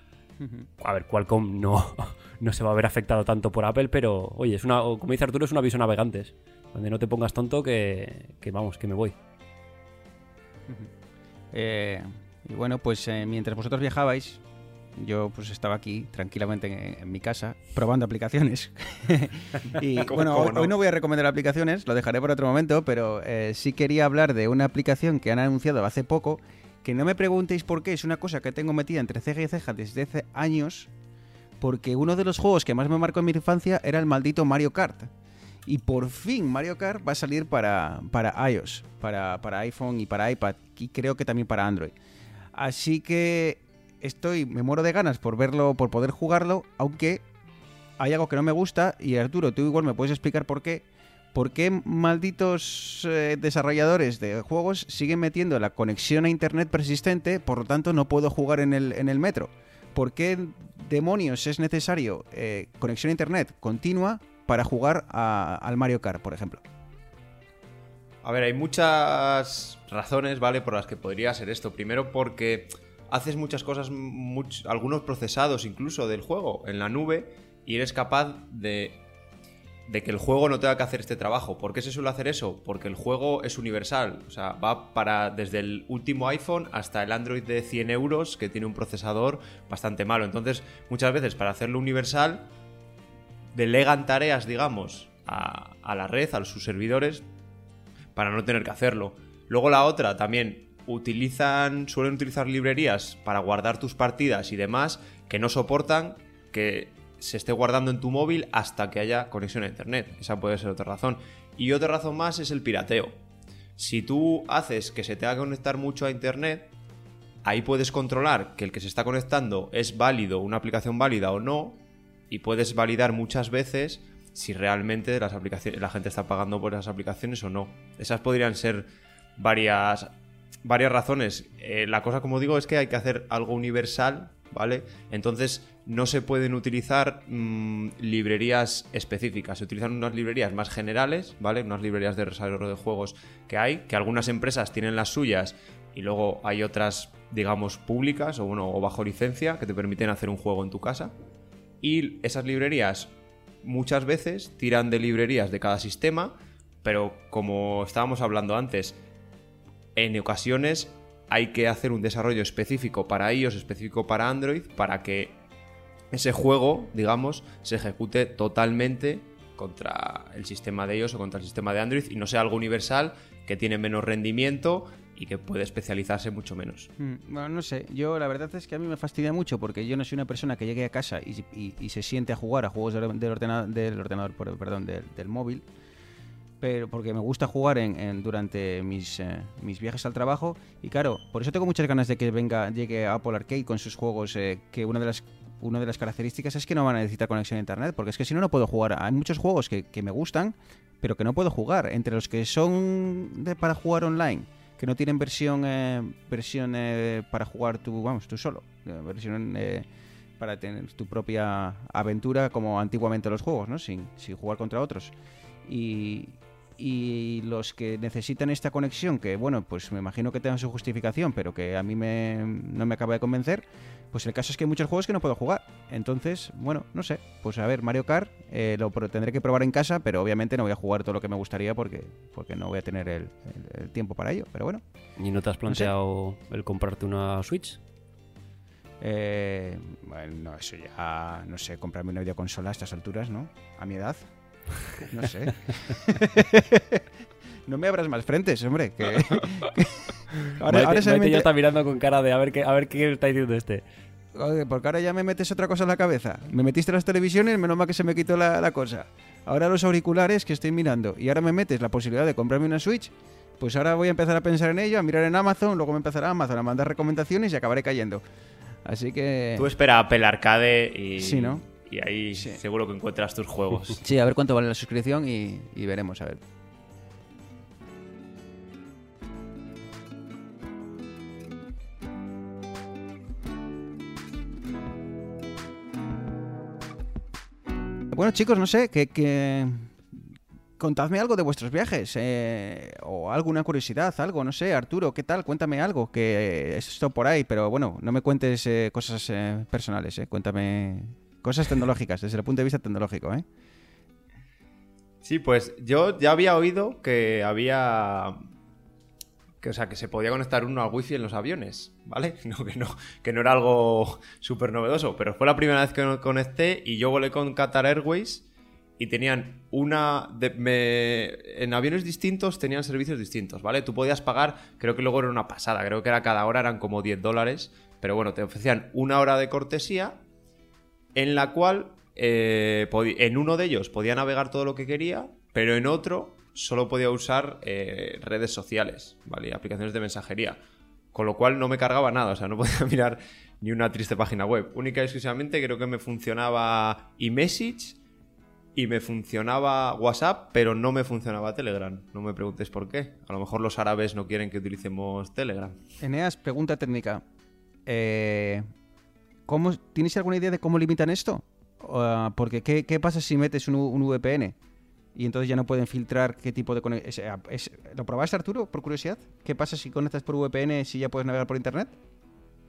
A ver, Qualcomm no, no se va a ver afectado tanto por Apple, pero oye, es una, como dice Arturo, es un aviso a navegantes. Donde no te pongas tonto que, que vamos, que me voy. Eh, y bueno, pues eh, mientras vosotros viajabais, yo pues estaba aquí tranquilamente en, en mi casa probando aplicaciones. Y ¿Cómo- bueno, cómo hoy no? hoy no voy a recomendar aplicaciones, lo dejaré por otro momento, pero eh, sí quería hablar de una aplicación que han anunciado hace poco, que no me preguntéis por qué, es una cosa que tengo metida entre ceja y ceja desde hace años, porque uno de los juegos que más me marcó en mi infancia era el maldito Mario Kart. Y por fin Mario Kart va a salir para, para iOS, para, para iPhone y para iPad, y creo que también para Android. Así que estoy, me muero de ganas por verlo, por poder jugarlo, aunque hay algo que no me gusta, y Arturo, tú igual me puedes explicar por qué. ¿Por qué malditos eh, desarrolladores de juegos siguen metiendo la conexión a internet persistente, por lo tanto no puedo jugar en el, en el metro? ¿Por qué demonios es necesario eh, conexión a internet continua para jugar a, al Mario Kart, por ejemplo? A ver, hay muchas razones, ¿vale?, por las que podría ser esto. Primero porque haces muchas cosas, much, algunos procesados incluso del juego en la nube y eres capaz de, de que el juego no tenga que hacer este trabajo. ¿Por qué se suele hacer eso? Porque el juego es universal, o sea, va para desde el último iPhone hasta el Android de cien euros que tiene un procesador bastante malo. Entonces, muchas veces para hacerlo universal delegan tareas, digamos, a, a la red, a sus servidores, para no tener que hacerlo. Luego la otra también, utilizan, suelen utilizar librerías para guardar tus partidas y demás que no soportan que se esté guardando en tu móvil hasta que haya conexión a internet. Esa puede ser otra razón. Y otra razón más es el pirateo. Si tú haces que se tenga que conectar mucho a internet, ahí puedes controlar que el que se está conectando es válido, una aplicación válida o no, y puedes validar muchas veces si realmente las aplicaciones, la gente está pagando por esas aplicaciones o no. Esas podrían ser varias, varias razones. Eh, la cosa, como digo, es que hay que hacer algo universal, ¿vale? Entonces no se pueden utilizar mmm, librerías específicas. Se utilizan unas librerías más generales, ¿vale? Unas librerías de desarrollo de juegos que hay, que algunas empresas tienen las suyas y luego hay otras, digamos, públicas o, bueno, o bajo licencia que te permiten hacer un juego en tu casa. Y esas librerías muchas veces tiran de librerías de cada sistema, pero como estábamos hablando antes, en ocasiones hay que hacer un desarrollo específico para iOS, específico para Android, para que ese juego, digamos, se ejecute totalmente contra el sistema de iOS o contra el sistema de Android y no sea algo universal que tiene menos rendimiento y que puede especializarse mucho menos. Mm, bueno, no sé, yo la verdad es que a mí me fastidia mucho porque yo no soy una persona que llegue a casa y, y, y se siente a jugar a juegos del, del ordenador, del ordenador perdón, del, del móvil, pero porque me gusta jugar en, en, durante mis, eh, mis viajes al trabajo y claro, por eso tengo muchas ganas de que venga llegue Apple Arcade con sus juegos, eh, que una de las una de las características es que no van a necesitar conexión a internet, porque es que si no, no puedo jugar. Hay muchos juegos que, que me gustan, pero que no puedo jugar, entre los que son de, para jugar online, que no tienen versión eh, versión eh, para jugar tú, vamos, tú solo, versión eh, para tener tu propia aventura como antiguamente los juegos, ¿no? Sin, sin jugar contra otros. Y, y los que necesitan esta conexión, que bueno, pues me imagino que tengan su justificación, pero que a mí me, no me acaba de convencer, pues el caso es que hay muchos juegos que no puedo jugar. Entonces, bueno, no sé, pues a ver, Mario Kart eh, lo tendré que probar en casa, pero obviamente no voy a jugar todo lo que me gustaría porque, porque no voy a tener el, el, el tiempo para ello, pero bueno. ¿Y no te has planteado no sé. el comprarte una Switch? Eh, bueno, no, eso ya, no sé, comprarme una videoconsola a estas alturas, ¿no? A mi edad. No sé. No me abras más frentes, hombre. Que, que... Ahora, Maite, ahora se Maite me mete... ya está mirando con cara de a ver qué, a ver qué está diciendo este. Joder, porque ahora ya me metes otra cosa en la cabeza. Me metiste las televisiones, menos mal que se me quitó la, la cosa. Ahora los auriculares que estoy mirando. Y ahora me metes la posibilidad de comprarme una Switch. Pues ahora voy a empezar a pensar en ello, a mirar en Amazon, luego me empezará Amazon a mandar recomendaciones y acabaré cayendo. Así que... Tú espera Apple Arcade y... Sí, ¿no? Y ahí sí. Seguro que encuentras tus juegos. Sí, a ver cuánto vale la suscripción y, y veremos, a ver. Bueno, chicos, no sé, que, que... contadme algo de vuestros viajes, eh, o alguna curiosidad, algo, no sé, Arturo, ¿qué tal? Cuéntame algo, que es esto por ahí, pero bueno, no me cuentes eh, cosas eh, personales, eh, cuéntame... Cosas tecnológicas, desde el punto de vista tecnológico, ¿eh? Sí, pues yo ya había oído que había... Que, o sea, que se podía conectar uno al wifi en los aviones, ¿vale? No, que no, que no era algo súper novedoso, pero fue la primera vez que me conecté y yo volé con Qatar Airways y tenían una... De, me, en aviones distintos tenían servicios distintos, ¿vale? Tú podías pagar, creo que luego era una pasada, creo que era cada hora eran como diez dólares, pero bueno, te ofrecían una hora de cortesía en la cual eh, en uno de ellos podía navegar todo lo que quería, pero en otro solo podía usar eh, redes sociales, ¿vale? Aplicaciones de mensajería, con lo cual no me cargaba nada, o sea, no podía mirar ni una triste página web. Única y exclusivamente creo que me funcionaba iMessage y me funcionaba WhatsApp, pero no me funcionaba Telegram. No me preguntes por qué. A lo mejor los árabes no quieren que utilicemos Telegram. Eneas, pregunta técnica. Eh... ¿Cómo, ¿Tienes alguna idea de cómo limitan esto? Uh, porque ¿qué, ¿qué pasa si metes un, un V P N? Y entonces ya no pueden filtrar qué tipo de conexión... Es, es, ¿Lo probaste, Arturo, por curiosidad? ¿Qué pasa si conectas por V P N si ya puedes navegar por internet?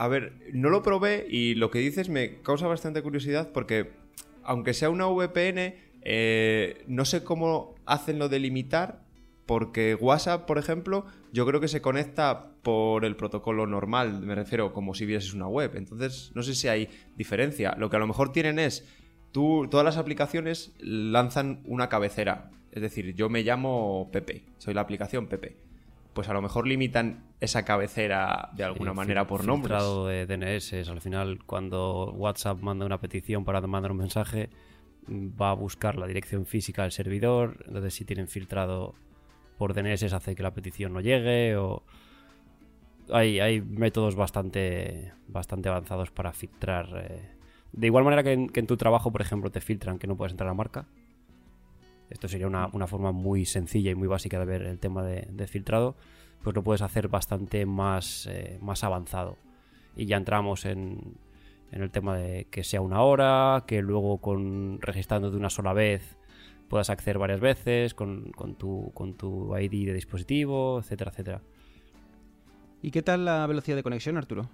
A ver, no lo probé y lo que dices me causa bastante curiosidad porque, aunque sea una V P N, eh, no sé cómo hacen lo de limitar, porque WhatsApp, por ejemplo, yo creo que se conecta por el protocolo normal, me refiero como si vieses una web. Entonces, no sé si hay diferencia. Lo que a lo mejor tienen es, tú, todas las aplicaciones lanzan una cabecera. Es decir, yo me llamo Pepe, soy la aplicación Pepe. Pues a lo mejor limitan esa cabecera de alguna Sí, manera por nombres. Filtrado de D N S. Al final, cuando WhatsApp manda una petición para mandar un mensaje, va a buscar la dirección física del servidor. Entonces, si tienen filtrado por D N S, hace que la petición no llegue. O hay, hay métodos bastante, bastante avanzados para filtrar. Eh... De igual manera que en, que en tu trabajo, por ejemplo, te filtran que no puedes entrar a la marca. Esto sería una, una forma muy sencilla y muy básica de ver el tema de, de filtrado, pues lo puedes hacer bastante más, eh, más avanzado. Y ya entramos en, en el tema de que sea una hora, que luego con registrándote una sola vez puedas acceder varias veces con, con, tu, con tu I D de dispositivo, etcétera, etcétera. ¿Y qué tal la velocidad de conexión, Arturo?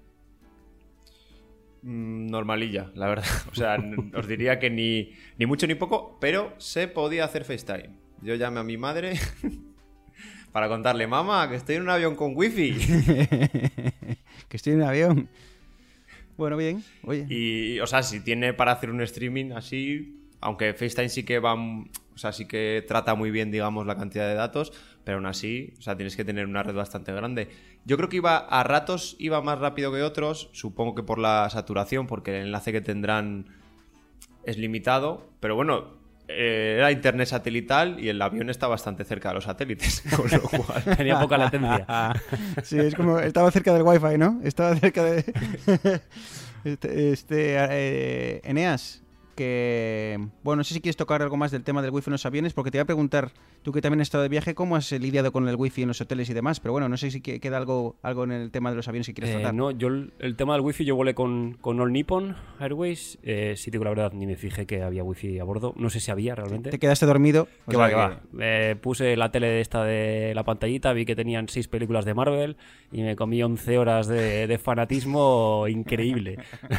Normalilla, la verdad. O sea, os diría que ni, ni mucho ni poco, pero se podía hacer FaceTime. Yo llamé a mi madre para contarle, mamá, que estoy en un avión con wifi. Que estoy en un avión. Bueno, bien, oye. Y, o sea, si tiene para hacer un streaming así, aunque FaceTime sí que va, o sea, sí que trata muy bien, digamos, la cantidad de datos, pero aún así, o sea, tienes que tener una red bastante grande. Yo creo que iba a ratos iba más rápido que otros, supongo que por la saturación, porque el enlace que tendrán es limitado, pero bueno, eh, era internet satelital y el avión está bastante cerca de los satélites, con lo cual tenía poca latencia. Sí, es como estaba cerca del wifi, ¿no? Estaba cerca de este, este eh, Eneas, que bueno, no sé si quieres tocar algo más del tema del wifi en los aviones, porque te iba a preguntar, tú que también has estado de viaje, ¿cómo has lidiado con el wifi en los hoteles y demás? Pero bueno, no sé si queda algo algo en el tema de los aviones que quieres eh, tratar. No, yo el, el tema del wifi yo volé con, con All Nippon Airways, eh, si digo la verdad ni me fijé que había wifi a bordo, no sé si había realmente. Te quedaste dormido. Que va, que va. Eh, puse la tele de esta de la pantallita, vi que tenían seis películas de Marvel y me comí once horas de, de fanatismo increíble.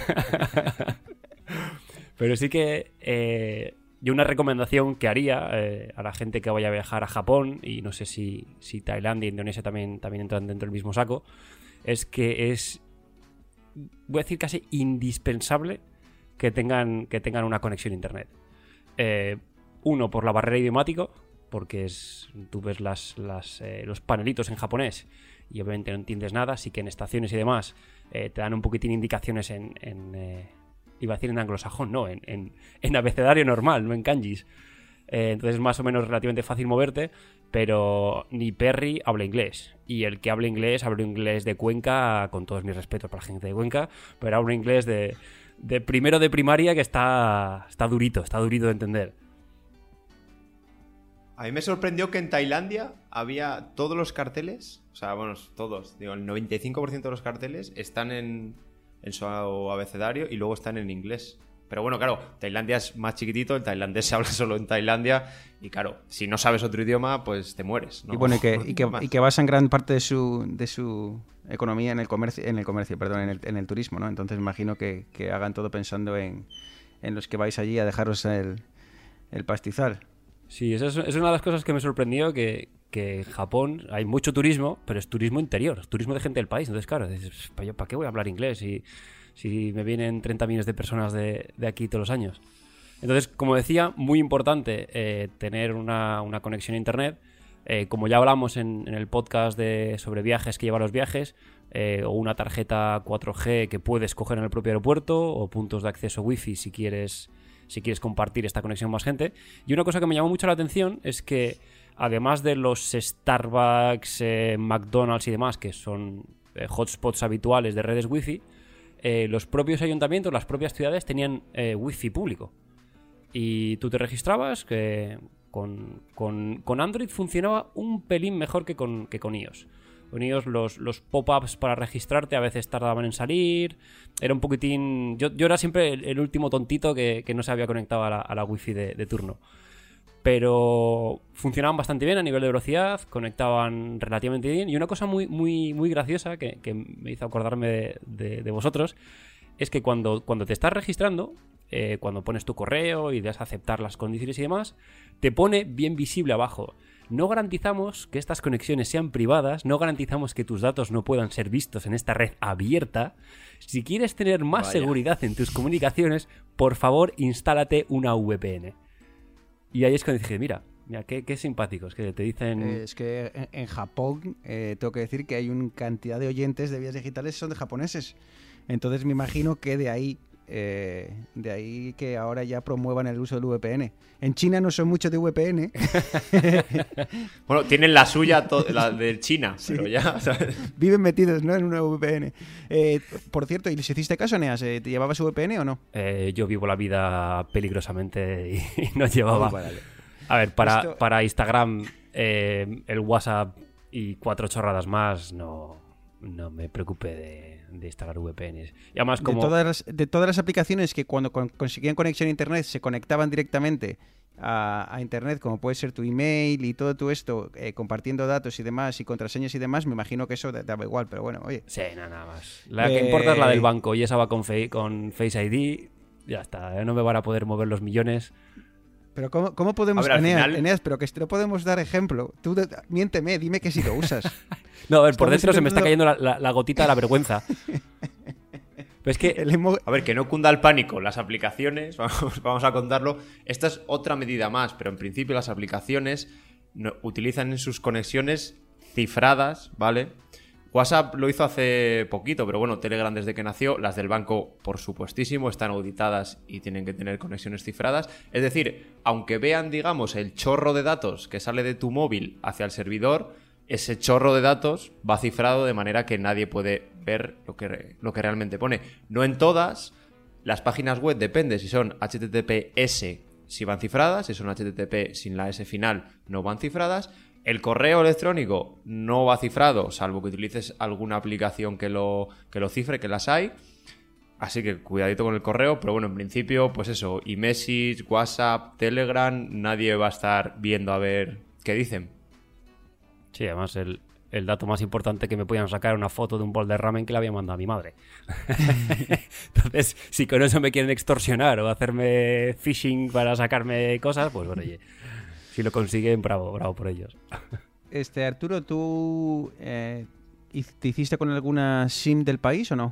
Pero sí que eh, yo una recomendación que haría eh, a la gente que vaya a viajar a Japón, y no sé si, si Tailandia e Indonesia también, también entran dentro del mismo saco, es que es, voy a decir casi indispensable que tengan, que tengan una conexión a internet. Eh, uno, por la barrera idiomática, porque es, tú ves las, las, eh, los panelitos en japonés y obviamente no entiendes nada, así que en estaciones y demás eh, te dan un poquitín indicaciones en... en eh, iba a decir en anglosajón, no, en, en, en abecedario normal, no en kanjis. Eh, entonces es más o menos relativamente fácil moverte, pero ni Perry habla inglés. Y el que habla inglés, habla inglés de Cuenca, con todos mis respetos para la gente de Cuenca, pero habla inglés de, de primero de primaria que está, está durito, está durito de entender. A mí me sorprendió que en Tailandia había todos los carteles, o sea, bueno, todos, digo, el noventa y cinco por ciento de los carteles están en... en su abecedario y luego están en inglés. Pero bueno, claro, Tailandia es más chiquitito, el tailandés se habla solo en Tailandia y claro, si no sabes otro idioma, pues te mueres, ¿no? Y bueno, y que, y que, y que basan gran parte de su, de su economía en el comercio, en el comercio, perdón, en el, en el turismo, ¿no? Entonces me imagino que, que hagan todo pensando en, en los que vais allí a dejaros el, el pastizal. Sí, esa es, es una de las cosas que me sorprendió, que, que en Japón hay mucho turismo, pero es turismo interior, es turismo de gente del país. Entonces, claro, dices, ¿para qué voy a hablar inglés si, si me vienen treinta millones de personas de, de aquí todos los años? Entonces, como decía, muy importante eh, tener una, una conexión a internet. Eh, como ya hablamos en, en el podcast de, sobre viajes que llevan los viajes, eh, o una tarjeta cuatro G que puedes coger en el propio aeropuerto, o puntos de acceso wifi si quieres... si quieres compartir esta conexión con más gente. Y una cosa que me llamó mucho la atención es que, además de los Starbucks, eh, McDonald's y demás, que son eh, hotspots habituales de redes wifi, eh, los propios ayuntamientos, las propias ciudades tenían eh, wifi público. Y tú te registrabas, que con, con, con Android funcionaba un pelín mejor que con, que con iOS. Con iOS los, los pop-ups para registrarte a veces tardaban en salir. Era un poquitín... Yo, yo era siempre el, el último tontito que, que no se había conectado a la, a la wifi de, de turno. pero funcionaban bastante bien a nivel de velocidad, conectaban relativamente bien. Y una cosa muy, muy, muy graciosa que, que me hizo acordarme de, de, de vosotros es que cuando, cuando te estás registrando, eh, cuando pones tu correo y das a aceptar las condiciones y demás, te pone bien visible abajo: no garantizamos que estas conexiones sean privadas, no garantizamos que tus datos no puedan ser vistos en esta red abierta. Si quieres tener más Vaya. seguridad en tus comunicaciones, por favor, instálate una V P N. Y ahí es cuando dije, mira, mira, qué, qué simpáticos, que te dicen... Eh, es que en, en Japón eh, tengo que decir que hay una cantidad de oyentes de vías digitales que son de japoneses. Entonces me imagino que de ahí, eh, de ahí que ahora ya promuevan el uso del V P N. En China no son muchos de V P N. Bueno, tienen la suya, to- la de China, pero ya, ¿sabes? Viven metidos, ¿no?, en una V P N. Eh, por cierto, ¿y les hiciste caso, Neas? Eh, ¿Te llevabas V P N o no? Eh, yo vivo la vida peligrosamente y, y no llevaba... Oh, vale. A ver, para, Esto- para Instagram, eh, el WhatsApp y cuatro chorradas más, no, no me preocupe de, de instalar V P Ns. Y además, como... De, todas las, de todas las aplicaciones que cuando con- conseguían conexión a Internet se conectaban directamente a, a Internet, como puede ser tu email y todo tu esto, eh, compartiendo datos y demás y contraseñas y demás, me imagino que eso da- daba igual, pero bueno, oye. Sí, nada, nada más. La que Eh, importa es la del banco y esa va con, fe- con Face I D. Ya está, no me van a poder mover los millones. Pero ¿cómo, cómo podemos... A ver, al Eneas, final- Eneas, pero que no podemos dar ejemplo. Tú de- miénteme, dime que si lo usas. No, a ver, por Estamos dentro se me está cayendo intentando- la, la- la gotita de la vergüenza. Pero es que... El emo- A ver, que no cunda el pánico. Las aplicaciones, vamos, vamos a contarlo. Esta es otra medida más, pero en principio las aplicaciones no- utilizan en sus conexiones cifradas, ¿vale? WhatsApp lo hizo hace poquito, pero bueno, Telegram desde que nació, las del banco, por supuestísimo, están auditadas y tienen que tener conexiones cifradas. Es decir, aunque vean, digamos, el chorro de datos que sale de tu móvil hacia el servidor, ese chorro de datos va cifrado de manera que nadie puede ver lo que, re- lo que realmente pone. No en todas, las páginas web depende si son H T T P S si van cifradas, si son H T T P sin la S final no van cifradas. El correo electrónico no va cifrado, salvo que utilices alguna aplicación que lo, que lo cifre, que las hay. Así que cuidadito con el correo, pero bueno, en principio, pues eso, iMessage, WhatsApp, Telegram, nadie va a estar viendo a ver qué dicen. Sí, además el, el dato más importante que me podían sacar era una foto de un bol de ramen que le había mandado a mi madre. Entonces, si con eso me quieren extorsionar o hacerme phishing para sacarme cosas, pues bueno, oye, si lo consiguen, bravo, bravo por ellos. Este, Arturo, ¿tú eh, te hiciste con alguna SIM del país o no?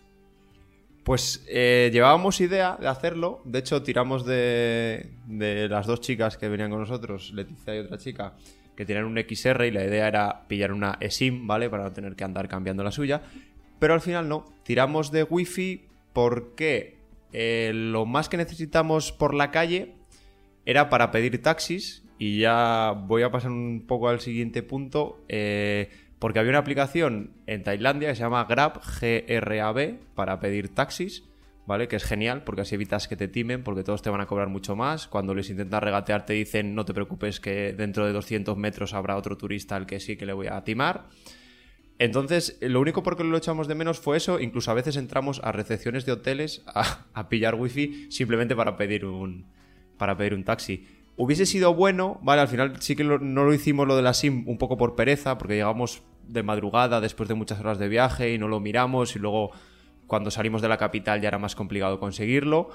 Pues eh, llevábamos idea de hacerlo. De hecho, tiramos de, de las dos chicas que venían con nosotros, Leticia y otra chica, que tenían un X R y la idea era pillar una eSIM, ¿vale? Para no tener que andar cambiando la suya. Pero al final no. Tiramos de Wi-Fi porque eh, lo más que necesitamos por la calle era para pedir taxis. Y ya voy a pasar un poco al siguiente punto. Eh... Porque había una aplicación en Tailandia que se llama Grab, G R A B, para pedir taxis, ¿vale? Que es genial porque así evitas que te timen, porque todos te van a cobrar mucho más. Cuando les intentas regatear te dicen, no te preocupes que dentro de doscientos metros habrá otro turista al que sí que le voy a timar. Entonces, lo único por qué lo echamos de menos fue eso. Incluso a veces entramos a recepciones de hoteles a, a pillar wifi simplemente para pedir un, para pedir un taxi. Hubiese sido bueno, vale, al final sí que lo, no lo hicimos lo de la SIM un poco por pereza, porque llegamos de madrugada después de muchas horas de viaje y no lo miramos y luego cuando salimos de la capital ya era más complicado conseguirlo.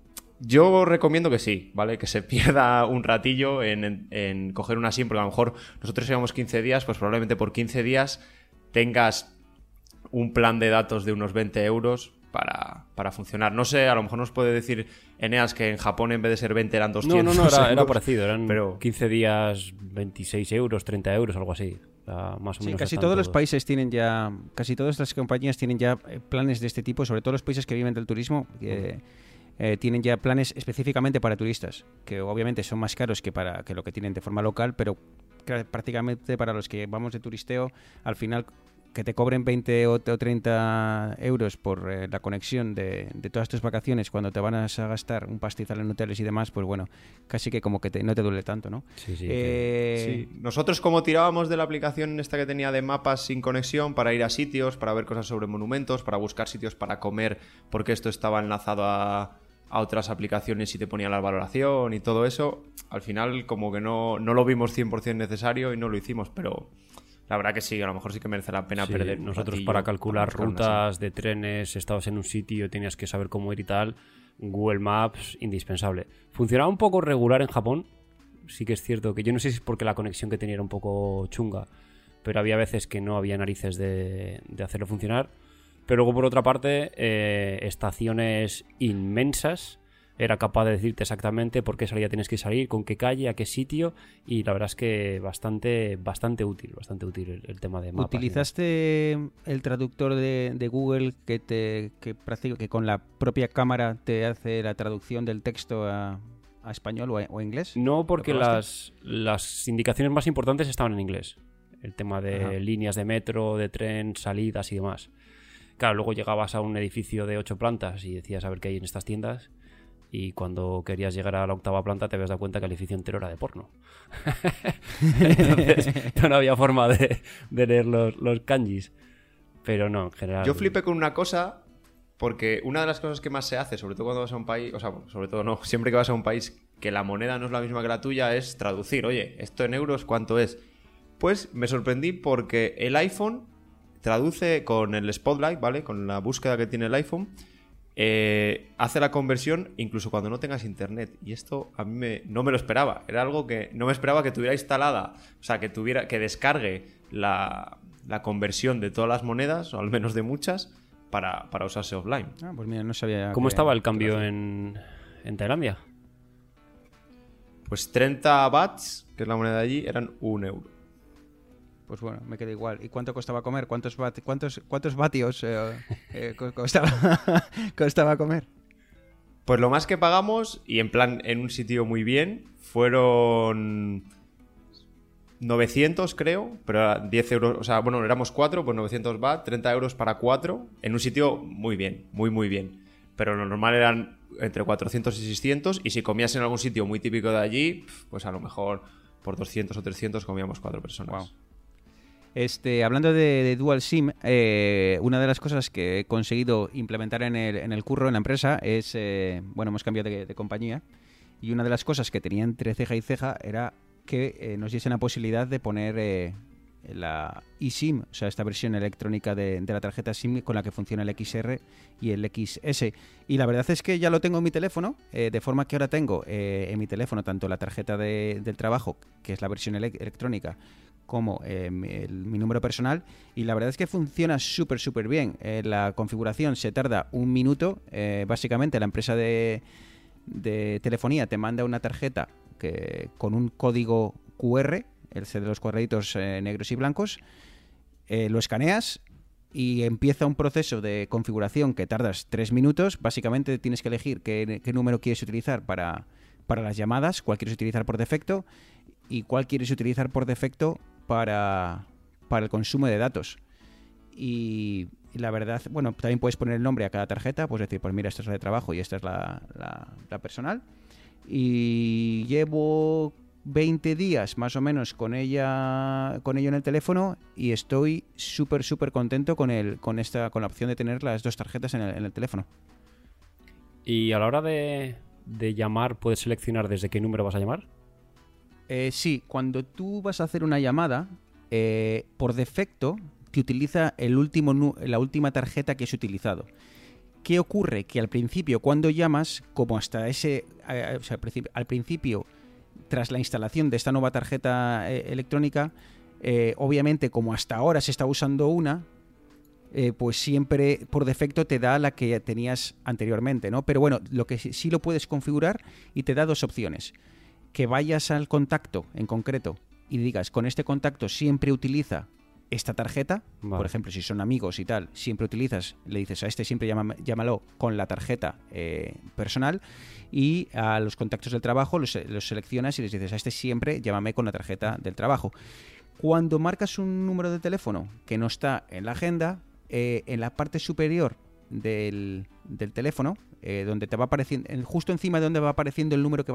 Yo recomiendo que sí, ¿vale? Que se pierda un ratillo en, en, en coger una SIM, porque a lo mejor nosotros llevamos quince días, pues probablemente por quince días tengas un plan de datos de unos veinte euros para, para funcionar. No sé, a lo mejor nos puede decir Eneas que en Japón en vez de ser veinte eran doscientos No, no, no, era, era euros, parecido. Eran pero... quince días, veintiséis euros, treinta euros, algo así. Era más o Sí, menos casi están todos los países tienen ya, casi todas las compañías tienen ya eh, planes de este tipo, sobre todo los países que viven del turismo, que eh, tienen ya planes específicamente para turistas, que obviamente son más caros que para que lo que tienen de forma local, pero que prácticamente para los que vamos de turisteo, al final que te cobren veinte o treinta euros por eh, la conexión de, de todas tus vacaciones cuando te van a gastar un pastizal en hoteles y demás, pues bueno, casi que como que te, no te duele tanto, ¿no? Sí, sí. Eh, Sí. Nosotros como tirábamos de la aplicación esta que tenía de mapas sin conexión para ir a sitios, para ver cosas sobre monumentos, para buscar sitios para comer, porque esto estaba enlazado a, a otras aplicaciones y te ponía la valoración y todo eso. Al final como que no, no lo vimos cien por ciento necesario y no lo hicimos, pero la verdad que sí, a lo mejor sí que merece la pena Sí, perder. un nosotros ratillo para calcular buscar una serie. rutas de trenes, estabas en un sitio, tenías que saber cómo ir y tal, Google Maps, indispensable. Funcionaba un poco regular en Japón, sí que es cierto que yo no sé si es porque la conexión que tenía era un poco chunga, pero había veces que no había narices de, de hacerlo funcionar. Pero luego, por otra parte, eh, estaciones inmensas, era capaz de decirte exactamente por qué salida tienes que salir, con qué calle, a qué sitio, y la verdad es que bastante, bastante útil, bastante útil el, el tema de mapas. ¿Utilizaste el traductor de, de Google que te que, practica- que con la propia cámara te hace la traducción del texto a, a español o a, o a inglés? No, porque ¿Lo probaste? las, las indicaciones más importantes estaban en inglés. El tema de Ajá. líneas de metro, de tren, salidas y demás. Claro, luego llegabas a un edificio de ocho plantas y decías a ver qué hay en estas tiendas. Y cuando querías llegar a la octava planta te habías dado cuenta que el edificio entero era de porno. Entonces no había forma de, de leer los, los kanjis. Pero no, en general... Yo flipé con una cosa, porque una de las cosas que más se hace, sobre todo cuando vas a un país, o sea, sobre todo no, siempre que vas a un país que la moneda no es la misma que la tuya, es traducir. Oye, esto en euros, ¿cuánto es? Pues me sorprendí porque el iPhone traduce con el Spotlight, ¿vale? Con la búsqueda que tiene el iPhone, eh, hace la conversión incluso cuando no tengas internet. Y esto a mí me, no me lo esperaba. Era algo que no me esperaba que tuviera instalada, o sea, que tuviera que descargue la, la conversión de todas las monedas, o al menos de muchas, para, para usarse offline. Ah, pues mira, no sabía. ¿Cómo que- estaba el cambio en, en Tailandia? Pues treinta bahts, que es la moneda de allí, eran un euro. Pues bueno, me queda igual. ¿Y cuánto costaba comer? ¿Cuántos, vat- cuántos, cuántos vatios eh, eh, co- costaba, costaba comer? Pues lo más que pagamos, y en plan en un sitio muy bien, fueron novecientos, creo, pero era diez euros, o sea, bueno, éramos cuatro, pues novecientos baht, treinta euros para cuatro, en un sitio muy bien, muy muy bien. Pero lo normal eran entre cuatrocientos y seiscientos, y si comías en algún sitio muy típico de allí, pues a lo mejor por doscientos o trescientos comíamos cuatro personas. Wow. Este, hablando de, de Dual SIM, eh, una de las cosas que he conseguido implementar en el, en el curro, en la empresa, es, eh, bueno, hemos cambiado de, de compañía, y una de las cosas que tenía entre ceja y ceja era que eh, nos diesen la posibilidad de poner eh, la eSIM, o sea, esta versión electrónica de, de la tarjeta SIM con la que funciona el X R y el X S. Y la verdad es que ya lo tengo en mi teléfono, eh, de forma que ahora tengo eh, en mi teléfono tanto la tarjeta de- del trabajo, que es la versión ele- electrónica, como eh, mi- el- mi número personal, y la verdad es que funciona súper súper bien. Eh, la configuración se tarda un minuto. Eh, básicamente la empresa de, de telefonía te manda una tarjeta que, con un código Q R, el de los cuadraditos eh, negros y blancos, eh, lo escaneas y empieza un proceso de configuración que tardas tres minutos. Básicamente tienes que elegir qué, qué número quieres utilizar para, para las llamadas, cuál quieres utilizar por defecto y cuál quieres utilizar por defecto para, para el consumo de datos. Y, y la verdad, bueno, también puedes poner el nombre a cada tarjeta, pues decir, pues mira, esta es la de trabajo y esta es la, la, la personal. Y llevo veinte días más o menos con ella con ello en el teléfono y estoy súper súper contento con el con esta con la opción de tener las dos tarjetas en el, en el teléfono. Y a la hora de, de llamar, ¿puedes seleccionar desde qué número vas a llamar? Eh, sí, cuando tú vas a hacer una llamada, eh, por defecto te utiliza el último nu- la última tarjeta que has utilizado. ¿Qué ocurre? Que al principio, cuando llamas, como hasta ese... eh, o sea, al principio, al principio, tras la instalación de esta nueva tarjeta eh, electrónica, eh, obviamente, como hasta ahora se está usando una, eh, pues siempre por defecto te da la que tenías anteriormente, ¿no? Pero bueno, lo que sí, sí lo puedes configurar y te da dos opciones. Que vayas al contacto en concreto y digas, con este contacto siempre utiliza esta tarjeta. Vale. Por ejemplo, si son amigos y tal, siempre utilizas, le dices a este siempre llámame- llámalo con la tarjeta eh, personal, y a los contactos del trabajo los, los seleccionas y les dices a este siempre llámame con la tarjeta del trabajo. Cuando marcas un número de teléfono que no está en la agenda, eh, en la parte superior del, del teléfono, eh, donde te va apareciendo, en- justo encima de donde va apareciendo el número que vas marcando, ahí te aparece un desplegable en el que puedes elegir si quieres llamar con una o con otra.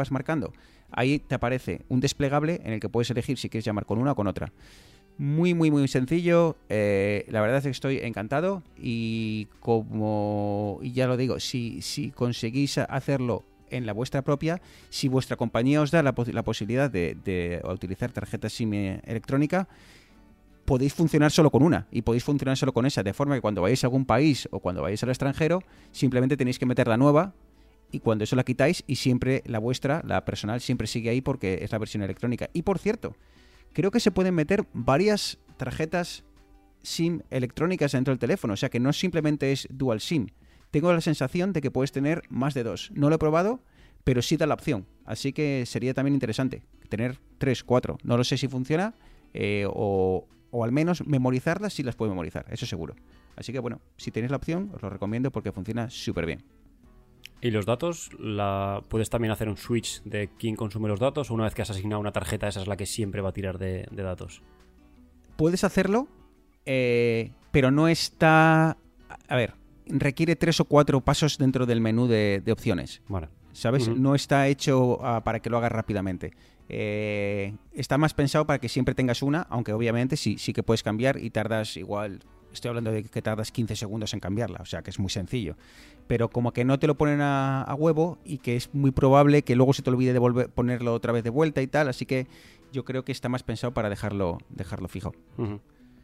Muy, muy, muy sencillo. Eh, la verdad es que estoy encantado. Y como y ya lo digo, si, si conseguís hacerlo en la vuestra propia, si vuestra compañía os da la, la posibilidad de, de utilizar tarjeta SIM electrónica, podéis funcionar solo con una y podéis funcionar solo con esa, de forma que cuando vayáis a algún país o cuando vayáis al extranjero, simplemente tenéis que meter la nueva y cuando eso la quitáis y siempre la vuestra, la personal, siempre sigue ahí porque es la versión electrónica. Y por cierto, creo que se pueden meter varias tarjetas SIM electrónicas dentro del teléfono, o sea que no simplemente es dual SIM. Tengo la sensación de que puedes tener más de dos. No lo he probado, pero sí da la opción. Así que sería también interesante tener tres, cuatro. No lo sé si funciona eh, o, o al menos memorizarlas si las puedo memorizar, eso seguro. Así que bueno, si tenéis la opción, os lo recomiendo porque funciona súper bien. ¿Y los datos? La... ¿Puedes también hacer un switch de quién consume los datos? ¿O una vez que has asignado una tarjeta, esa es la que siempre va a tirar de, de datos? Puedes hacerlo, eh, pero no está... A ver, requiere tres o cuatro pasos dentro del menú de, de opciones. Vale. ¿Sabes? Uh-huh. No está hecho uh, para que lo hagas rápidamente. Eh, está más pensado para que siempre tengas una, aunque obviamente sí, sí que puedes cambiar y tardas igual... Estoy hablando de que tardas quince segundos en cambiarla, o sea que es muy sencillo. Pero como que no te lo ponen a, a huevo y que es muy probable que luego se te olvide de volver, ponerlo otra vez de vuelta y tal, así que yo creo que está más pensado para dejarlo, dejarlo fijo. Uh-huh.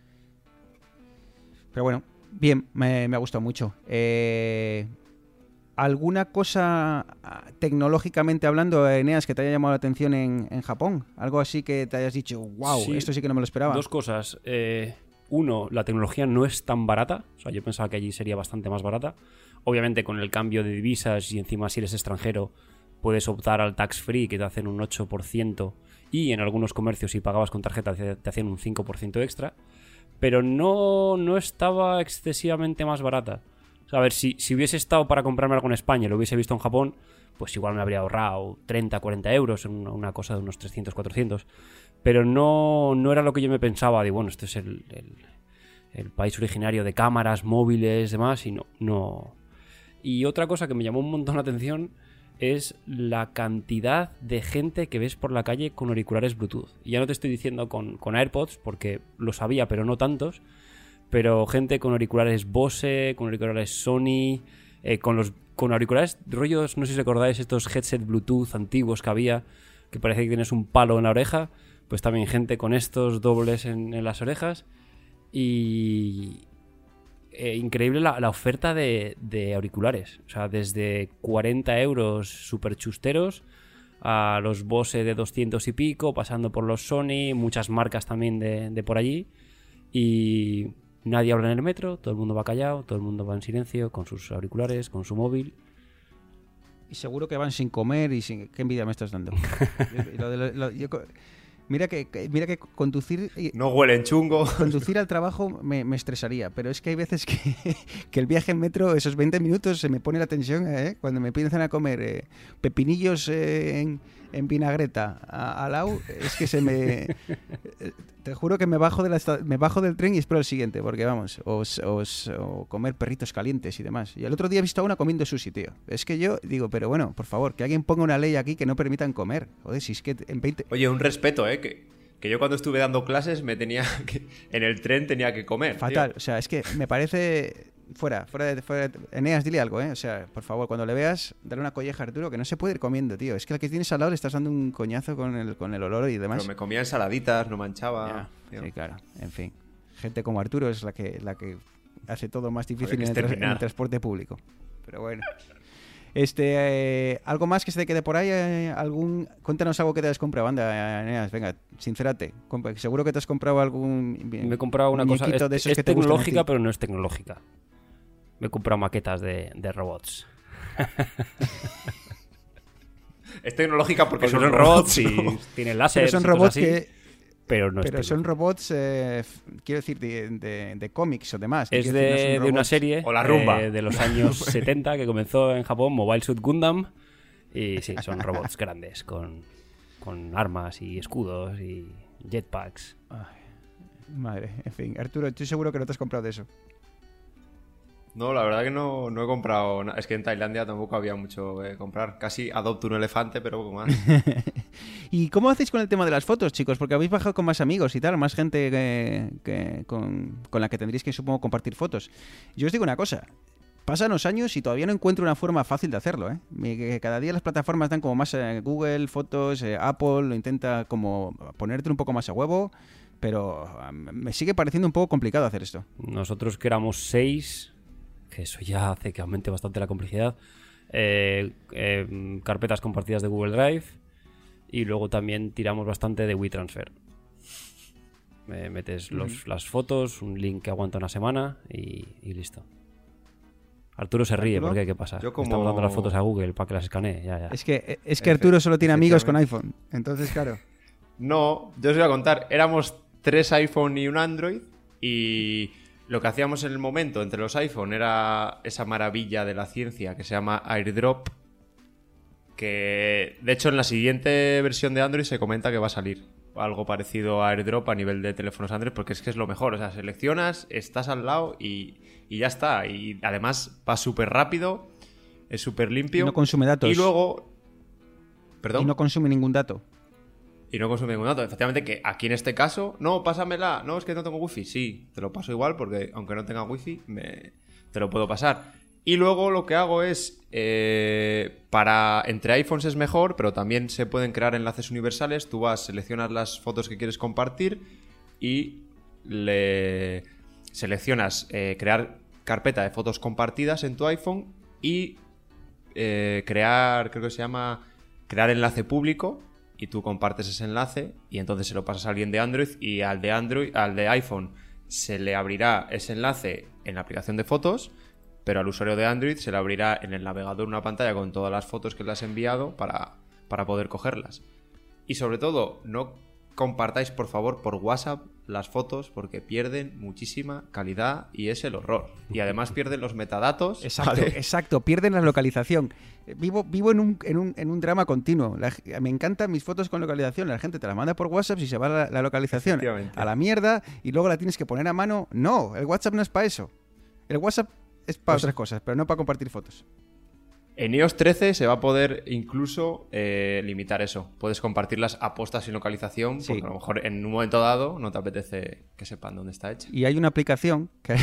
Pero bueno, bien, me, me ha gustado mucho. Eh, ¿Alguna cosa tecnológicamente hablando, Eneas, que te haya llamado la atención en, en Japón? Algo así que te hayas dicho, wow, sí, esto sí que no me lo esperaba. Dos cosas. Eh... Uno, la tecnología no es tan barata. O sea, yo pensaba que allí sería bastante más barata. Obviamente, con el cambio de divisas y encima si eres extranjero, puedes optar al tax free, que te hacen un ocho por ciento. Y en algunos comercios, si pagabas con tarjeta, te hacían un cinco por ciento extra. Pero no, no estaba excesivamente más barata. O sea, a ver, si, si hubiese estado para comprarme algo en España y lo hubiese visto en Japón, pues igual me habría ahorrado treinta, cuarenta euros en una, una cosa de unos trescientos, cuatrocientos. Pero no, no era lo que yo me pensaba. Digo, bueno, este es el, el, el país originario de cámaras, móviles, demás, y no, no. Y otra cosa que me llamó un montón la atención es la cantidad de gente que ves por la calle con auriculares Bluetooth. Y ya no te estoy diciendo con, con AirPods, porque lo sabía, pero no tantos. Pero gente con auriculares Bose, con auriculares Sony, eh, con los con auriculares rollos, no sé si recordáis estos headset Bluetooth antiguos que había, que parece que tienes un palo en la oreja. Pues también gente con estos dobles en, en las orejas. Y eh, increíble la, la oferta de, de auriculares. O sea, desde cuarenta euros super chusteros a los Bose de doscientos y pico, pasando por los Sony, muchas marcas también de, de por allí. Y nadie habla en el metro, todo el mundo va callado, todo el mundo va en silencio, con sus auriculares, con su móvil. Y seguro que van sin comer y sin... ¿Qué envidia me estás dando? lo de lo, lo, yo... Mira que, mira que conducir... No huelen chungo. Conducir al trabajo me, me estresaría, pero es que hay veces que, que el viaje en metro, esos veinte minutos, se me pone la tensión, ¿eh? Cuando me piensan a comer eh, pepinillos eh, en, en vinagreta al lado, es que se me... Te juro que me bajo, de la, me bajo del tren y espero el siguiente, porque vamos, os, os, o comer perritos calientes y demás. Y el otro día he visto a una comiendo sushi, tío. Es que yo digo, pero bueno, por favor, que alguien ponga una ley aquí que no permitan comer. Joder, si es que en veinte... Oye, un respeto, ¿eh? Que, que yo cuando estuve dando clases me tenía que... En el tren tenía que comer. Fatal, tío. O sea, es que me parece... Fuera, fuera de, fuera de... Eneas, dile algo, ¿eh? O sea, por favor, cuando le veas, dale una colleja a Arturo, que no se puede ir comiendo, tío. Es que al que tienes al lado le estás dando un coñazo con el, con el olor y demás. Pero me comía ensaladitas, no manchaba. Ya, sí, claro. En fin. Gente como Arturo es la que, la que hace todo más difícil en el, tra- en el transporte público. Pero bueno. Este, eh, ¿algo más que se te quede por ahí? Eh, algún Cuéntanos algo que te has comprado, anda, Eneas, venga, sincérate. Seguro que te has comprado algún... Me he comprado una cosa... Es, de esos es que te tecnológica, pero no es tecnológica. Me he comprado maquetas de, de robots. Es tecnológica porque, porque son, son robots y tienen láser. Son robots así, que... Pero no Pero es son robots, eh, quiero decir, de, de, de cómics o demás. Es de, decir, no de una serie o la rumba. Eh, de los años setenta que comenzó en Japón, Mobile Suit Gundam. Y sí, son robots grandes con, con armas y escudos y jetpacks. Ay, madre, en fin. Arturo, estoy seguro que no te has comprado de eso. No, la verdad que no, no he comprado nada. Es que en Tailandia tampoco había mucho que comprar. Casi adopto un elefante, pero poco más. ¿Y cómo hacéis con el tema de las fotos, chicos? Porque habéis bajado con más amigos y tal, más gente que, que con, con la que tendréis que, supongo, compartir fotos. Yo os digo una cosa. Pasan los años y todavía no encuentro una forma fácil de hacerlo, ¿eh? Que cada día las plataformas dan como más eh, Google, Fotos, eh, Apple, lo intenta como ponerte un poco más a huevo, pero um, me sigue pareciendo un poco complicado hacer esto. Nosotros que éramos seis, que eso ya hace que aumente bastante la complejidad, eh, eh, carpetas compartidas de Google Drive y luego también tiramos bastante de WeTransfer. Eh, metes los, uh-huh. las fotos, un link que aguanta una semana y, y listo. Arturo se ríe, ¿por qué? ¿Qué pasa? Yo como... Estamos dando las fotos a Google para que las escanee. Ya, ya. Es que, es que Arturo solo tiene amigos con iPhone. Entonces, claro. No, yo os voy a contar. Éramos tres iPhone y un Android. Y lo que hacíamos en el momento entre los iPhone era esa maravilla de la ciencia que se llama AirDrop. Que, de hecho, en la siguiente versión de Android se comenta que va a salir algo parecido a AirDrop a nivel de teléfonos Android, porque es que es lo mejor. O sea, seleccionas, estás al lado y, y ya está. Y además va súper rápido, es súper limpio. Y no consume datos. Y luego... ¿Perdón? Y no consume ningún dato. Y no consume ningún dato. Efectivamente, que aquí en este caso, no, pásamela. No, es que no tengo wifi. Sí, te lo paso igual porque aunque no tenga wifi, me... te lo puedo pasar. Y luego lo que hago es, eh, para entre iPhones es mejor, pero también se pueden crear enlaces universales. Tú vas, seleccionas las fotos que quieres compartir y le seleccionas eh, crear carpeta de fotos compartidas en tu iPhone y eh, crear, creo que se llama, crear enlace público. Y tú compartes ese enlace y entonces se lo pasas a alguien de Android y al de Android, al de iPhone se le abrirá ese enlace en la aplicación de fotos, pero al usuario de Android se le abrirá en el navegador una pantalla con todas las fotos que le has enviado para, para poder cogerlas. Y sobre todo, no compartáis por favor por WhatsApp las fotos porque pierden muchísima calidad y es el horror. Y además pierden los metadatos. Exacto, ¿vale? exacto, pierden la localización. Vivo, vivo en, un, en, un, en un drama continuo. La, me encantan mis fotos con localización. La gente te las manda por WhatsApp y se va la, la localización a la mierda y luego la tienes que poner a mano. No, el WhatsApp no es para eso. El WhatsApp es para pues, otras cosas, pero no para compartir fotos. En iOS trece se va a poder incluso eh, limitar eso. Puedes compartirlas a postas sin localización, sí. Porque a lo mejor en un momento dado no te apetece que sepan dónde está hecha. Y hay una aplicación, que,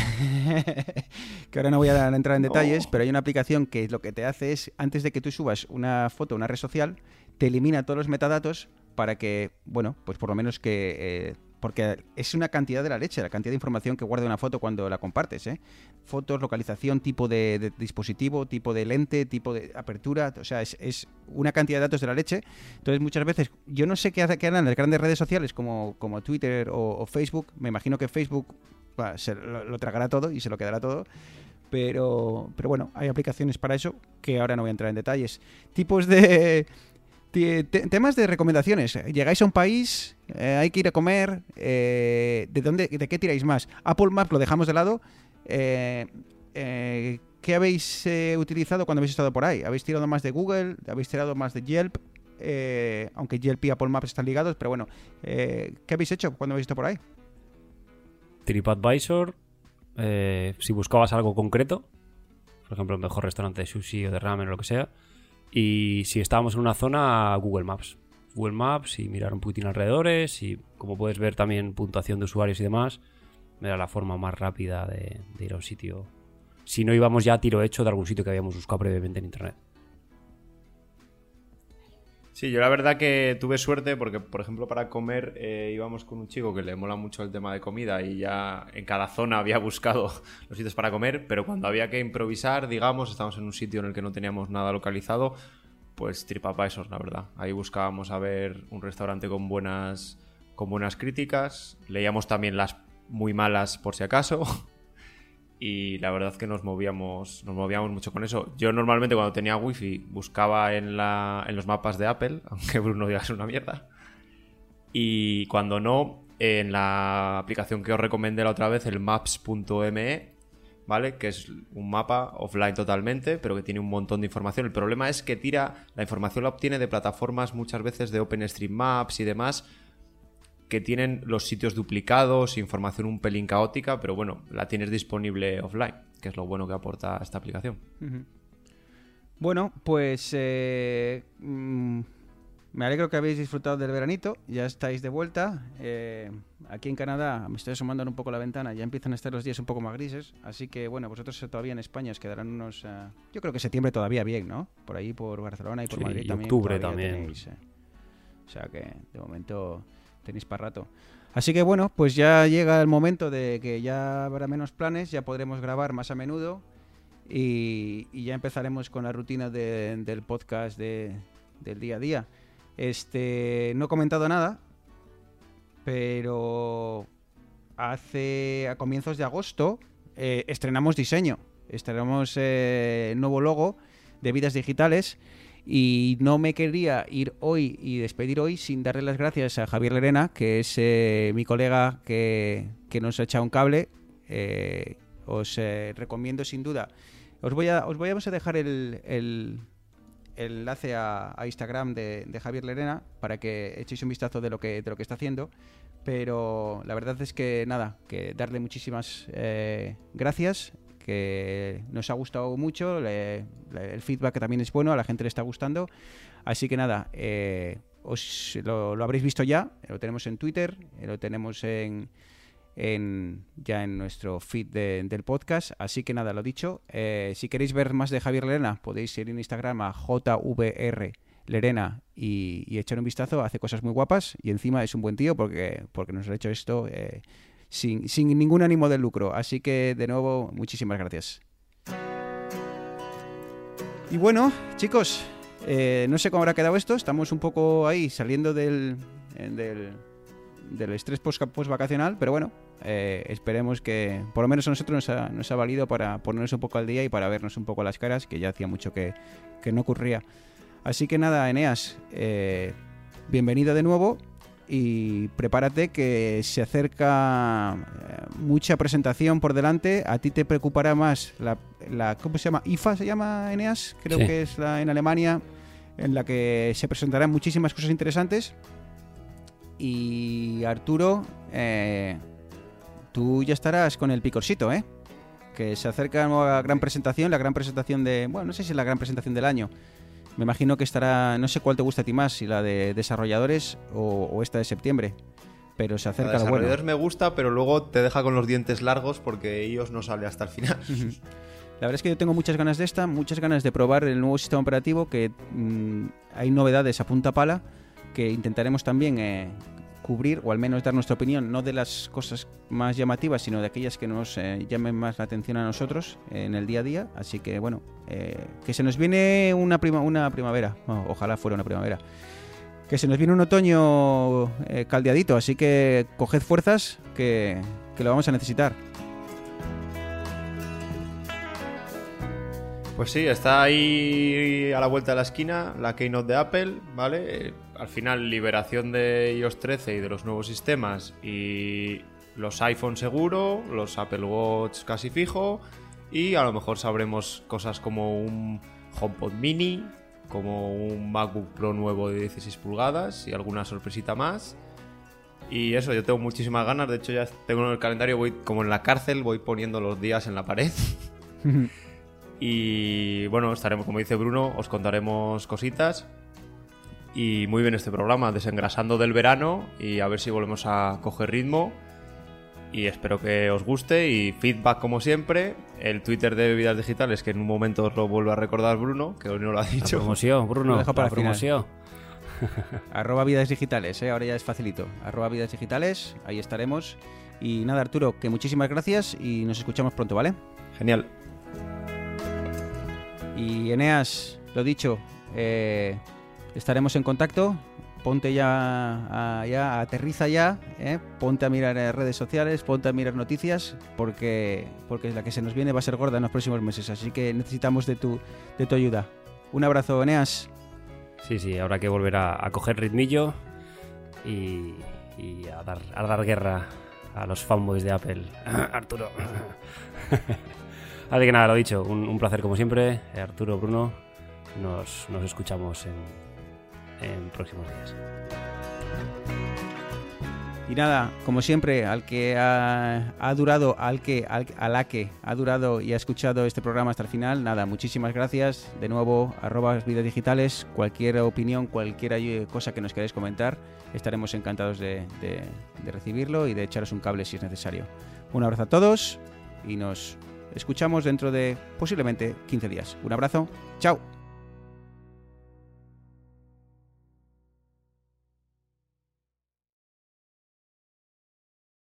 que ahora no voy a entrar en detalles, no. Pero hay una aplicación que lo que te hace es, antes de que tú subas una foto a una red social, te elimina todos los metadatos para que, bueno, pues por lo menos que... Eh, porque es una cantidad de la leche, la cantidad de información que guarda una foto cuando la compartes, ¿eh? Fotos, localización, tipo de, de dispositivo, tipo de lente, tipo de apertura, o sea, es, es una cantidad de datos de la leche. Entonces, muchas veces, yo no sé qué, hace, qué harán las grandes redes sociales como, como Twitter o, o Facebook. Me imagino que Facebook bah, se lo, lo tragará todo y se lo quedará todo. Pero, pero bueno, hay aplicaciones para eso que ahora no voy a entrar en detalles. Tipos de... Temas de recomendaciones. Llegáis a un país, eh, hay que ir a comer. Eh, ¿de dónde, de qué tiráis más? Apple Maps lo dejamos de lado. Eh, eh, ¿Qué habéis eh, utilizado cuando habéis estado por ahí? ¿Habéis tirado más de Google? ¿Habéis tirado más de Yelp? Eh, aunque Yelp y Apple Maps están ligados, pero bueno, eh, ¿qué habéis hecho cuando habéis estado por ahí? TripAdvisor. Eh, si buscabas algo concreto, por ejemplo, el mejor restaurante de sushi o de ramen o lo que sea. Y si estábamos en una zona, Google Maps. Google Maps y mirar un poquitín alrededores y, como puedes ver, también puntuación de usuarios y demás. Era la forma más rápida de, de ir a un sitio. Si no íbamos ya a tiro hecho de algún sitio que habíamos buscado previamente en internet. Sí, yo la verdad que tuve suerte porque, por ejemplo, para comer eh, íbamos con un chico que le mola mucho el tema de comida y ya en cada zona había buscado los sitios para comer, pero cuando había que improvisar, digamos, estábamos en un sitio en el que no teníamos nada localizado, pues TripAdvisor, la verdad. Ahí buscábamos a ver un restaurante con buenas, con buenas críticas, leíamos también las muy malas por si acaso. Y la verdad es que nos movíamos, nos movíamos mucho con eso. Yo normalmente cuando tenía wifi buscaba en, la, en los mapas de Apple, aunque Bruno diga que es una mierda. Y cuando no, en la aplicación que os recomendé la otra vez, el maps punto me, ¿vale? Que es un mapa offline totalmente, pero que tiene un montón de información. El problema es que tira, la información la obtiene de plataformas muchas veces de OpenStreetMaps y demás, que tienen los sitios duplicados, información un pelín caótica, pero bueno, la tienes disponible offline. que es lo bueno que aporta esta aplicación. Uh-huh. Bueno, pues eh, mmm, me alegro que habéis disfrutado del veranito, ya estáis de vuelta. Eh, aquí en Canadá, me estoy asomando un poco a la ventana, ya empiezan a estar los días un poco más grises, así que bueno, vosotros todavía en España os quedarán unos... Uh, yo creo que septiembre todavía bien, ¿no? Por ahí, por Barcelona y por sí, Madrid y también. Octubre también. Tenéis, eh. O sea que de momento tenéis para rato. Así que bueno, pues ya llega el momento de que ya habrá menos planes, ya podremos grabar más a menudo y, y ya empezaremos con la rutina de, del podcast de, del día a día. Este, no he comentado nada, pero hace a comienzos de agosto eh, estrenamos diseño, estrenamos eh, nuevo logo de Vidas Digitales y no me quería ir hoy y despedir hoy sin darle las gracias a Javier Lerena, que es eh, mi colega que, que nos ha echado un cable. Eh, os eh, recomiendo sin duda. Os voy a, os voy a dejar el... el el enlace a, a Instagram de, de Javier Lerena para que echéis un vistazo de lo que, de lo que está haciendo, pero la verdad es que nada, que darle muchísimas eh, gracias, que nos ha gustado mucho, le, le, el feedback también es bueno, a la gente le está gustando, así que nada, eh, os lo, lo habréis visto ya, lo tenemos en Twitter, lo tenemos en En, ya en nuestro feed de, del podcast, así que nada, lo dicho, eh, si queréis ver más de Javier Lerena podéis ir en Instagram a J V R Lerena y, y echar un vistazo, hace cosas muy guapas y encima es un buen tío porque, porque nos ha hecho esto eh, sin, sin ningún ánimo de lucro, así que de nuevo muchísimas gracias. Y bueno, chicos, eh, no sé cómo habrá quedado esto, estamos un poco ahí saliendo del, del del estrés post-vacacional, pero bueno, eh, esperemos que por lo menos a nosotros nos ha, nos ha valido para ponernos un poco al día y para vernos un poco las caras, que ya hacía mucho que, que no ocurría. Así que nada, Eneas, eh, bienvenido de nuevo y prepárate que se acerca eh, mucha presentación por delante. A ti te preocupará más la, la ¿cómo se llama? I F A se llama, Eneas, creo sí. que es la en Alemania, en la que se presentarán muchísimas cosas interesantes. Y Arturo, eh, tú ya estarás con el picorcito, ¿eh? Que se acerca una gran presentación, la gran presentación de... Bueno, no sé si es la gran presentación del año. Me imagino que estará... No sé cuál te gusta a ti más, si la de desarrolladores o, o esta de septiembre. Pero se acerca la lo bueno. Desarrolladores me gusta, pero luego te deja con los dientes largos porque ellos no sale hasta el final. La verdad es que yo tengo muchas ganas de esta, muchas ganas de probar el nuevo sistema operativo, que mmm, hay novedades a punta pala, que intentaremos también eh, cubrir, o al menos dar nuestra opinión, no de las cosas más llamativas, sino de aquellas que nos eh, llamen más la atención a nosotros eh, en el día a día. Así que bueno, eh, que se nos viene una, prima, una primavera, bueno, ojalá fuera una primavera, que se nos viene un otoño eh, caldeadito, así que coged fuerzas que, que lo vamos a necesitar. Pues sí, está ahí a la vuelta de la esquina la Keynote de Apple, ¿vale? Eh, al final, liberación de i O S trece y de los nuevos sistemas y los iPhone seguro, los Apple Watch casi fijo y a lo mejor sabremos cosas como un HomePod Mini, como un MacBook Pro nuevo de dieciséis pulgadas y alguna sorpresita más. Y eso, yo tengo muchísimas ganas, de hecho ya tengo en el calendario, voy como en la cárcel, voy poniendo los días en la pared. Y bueno, estaremos, como dice Bruno, os contaremos cositas. Y muy bien este programa, desengrasando del verano y a ver si volvemos a coger ritmo. Y espero que os guste y feedback como siempre. El Twitter de Vidas Digitales, que en un momento os lo vuelvo a recordar Bruno, que hoy no lo ha dicho. La promoción, Bruno, lo dejo para la promoción. Arroba Vidas Digitales, ¿eh? Ahora ya es facilito. Arroba Vidas Digitales, ahí estaremos. Y nada, Arturo, que muchísimas gracias y nos escuchamos pronto, ¿vale? Genial. Y Eneas, lo dicho, eh, estaremos en contacto. Ponte ya, a, ya aterriza ya, ¿eh? Ponte a mirar redes sociales, ponte a mirar noticias, porque, porque la que se nos viene va a ser gorda en los próximos meses. Así que necesitamos de tu, de tu ayuda. Un abrazo, Eneas. Sí, sí, habrá que volver a, a coger ritmillo y, y a, dar, a dar guerra a los fanboys de Apple. Arturo. Así que nada, lo dicho, un, un placer como siempre. Arturo, Bruno, nos, nos escuchamos en, en próximos días. Y nada, como siempre, al que ha, ha durado, al que, al, a la que ha durado y ha escuchado este programa hasta el final, nada, muchísimas gracias. De nuevo, arroba Vidas Digitales, cualquier opinión, cualquier cosa que nos queráis comentar, estaremos encantados de, de, de recibirlo y de echaros un cable si es necesario. Un abrazo a todos y nos escuchamos dentro de posiblemente quince días. Un abrazo, chao.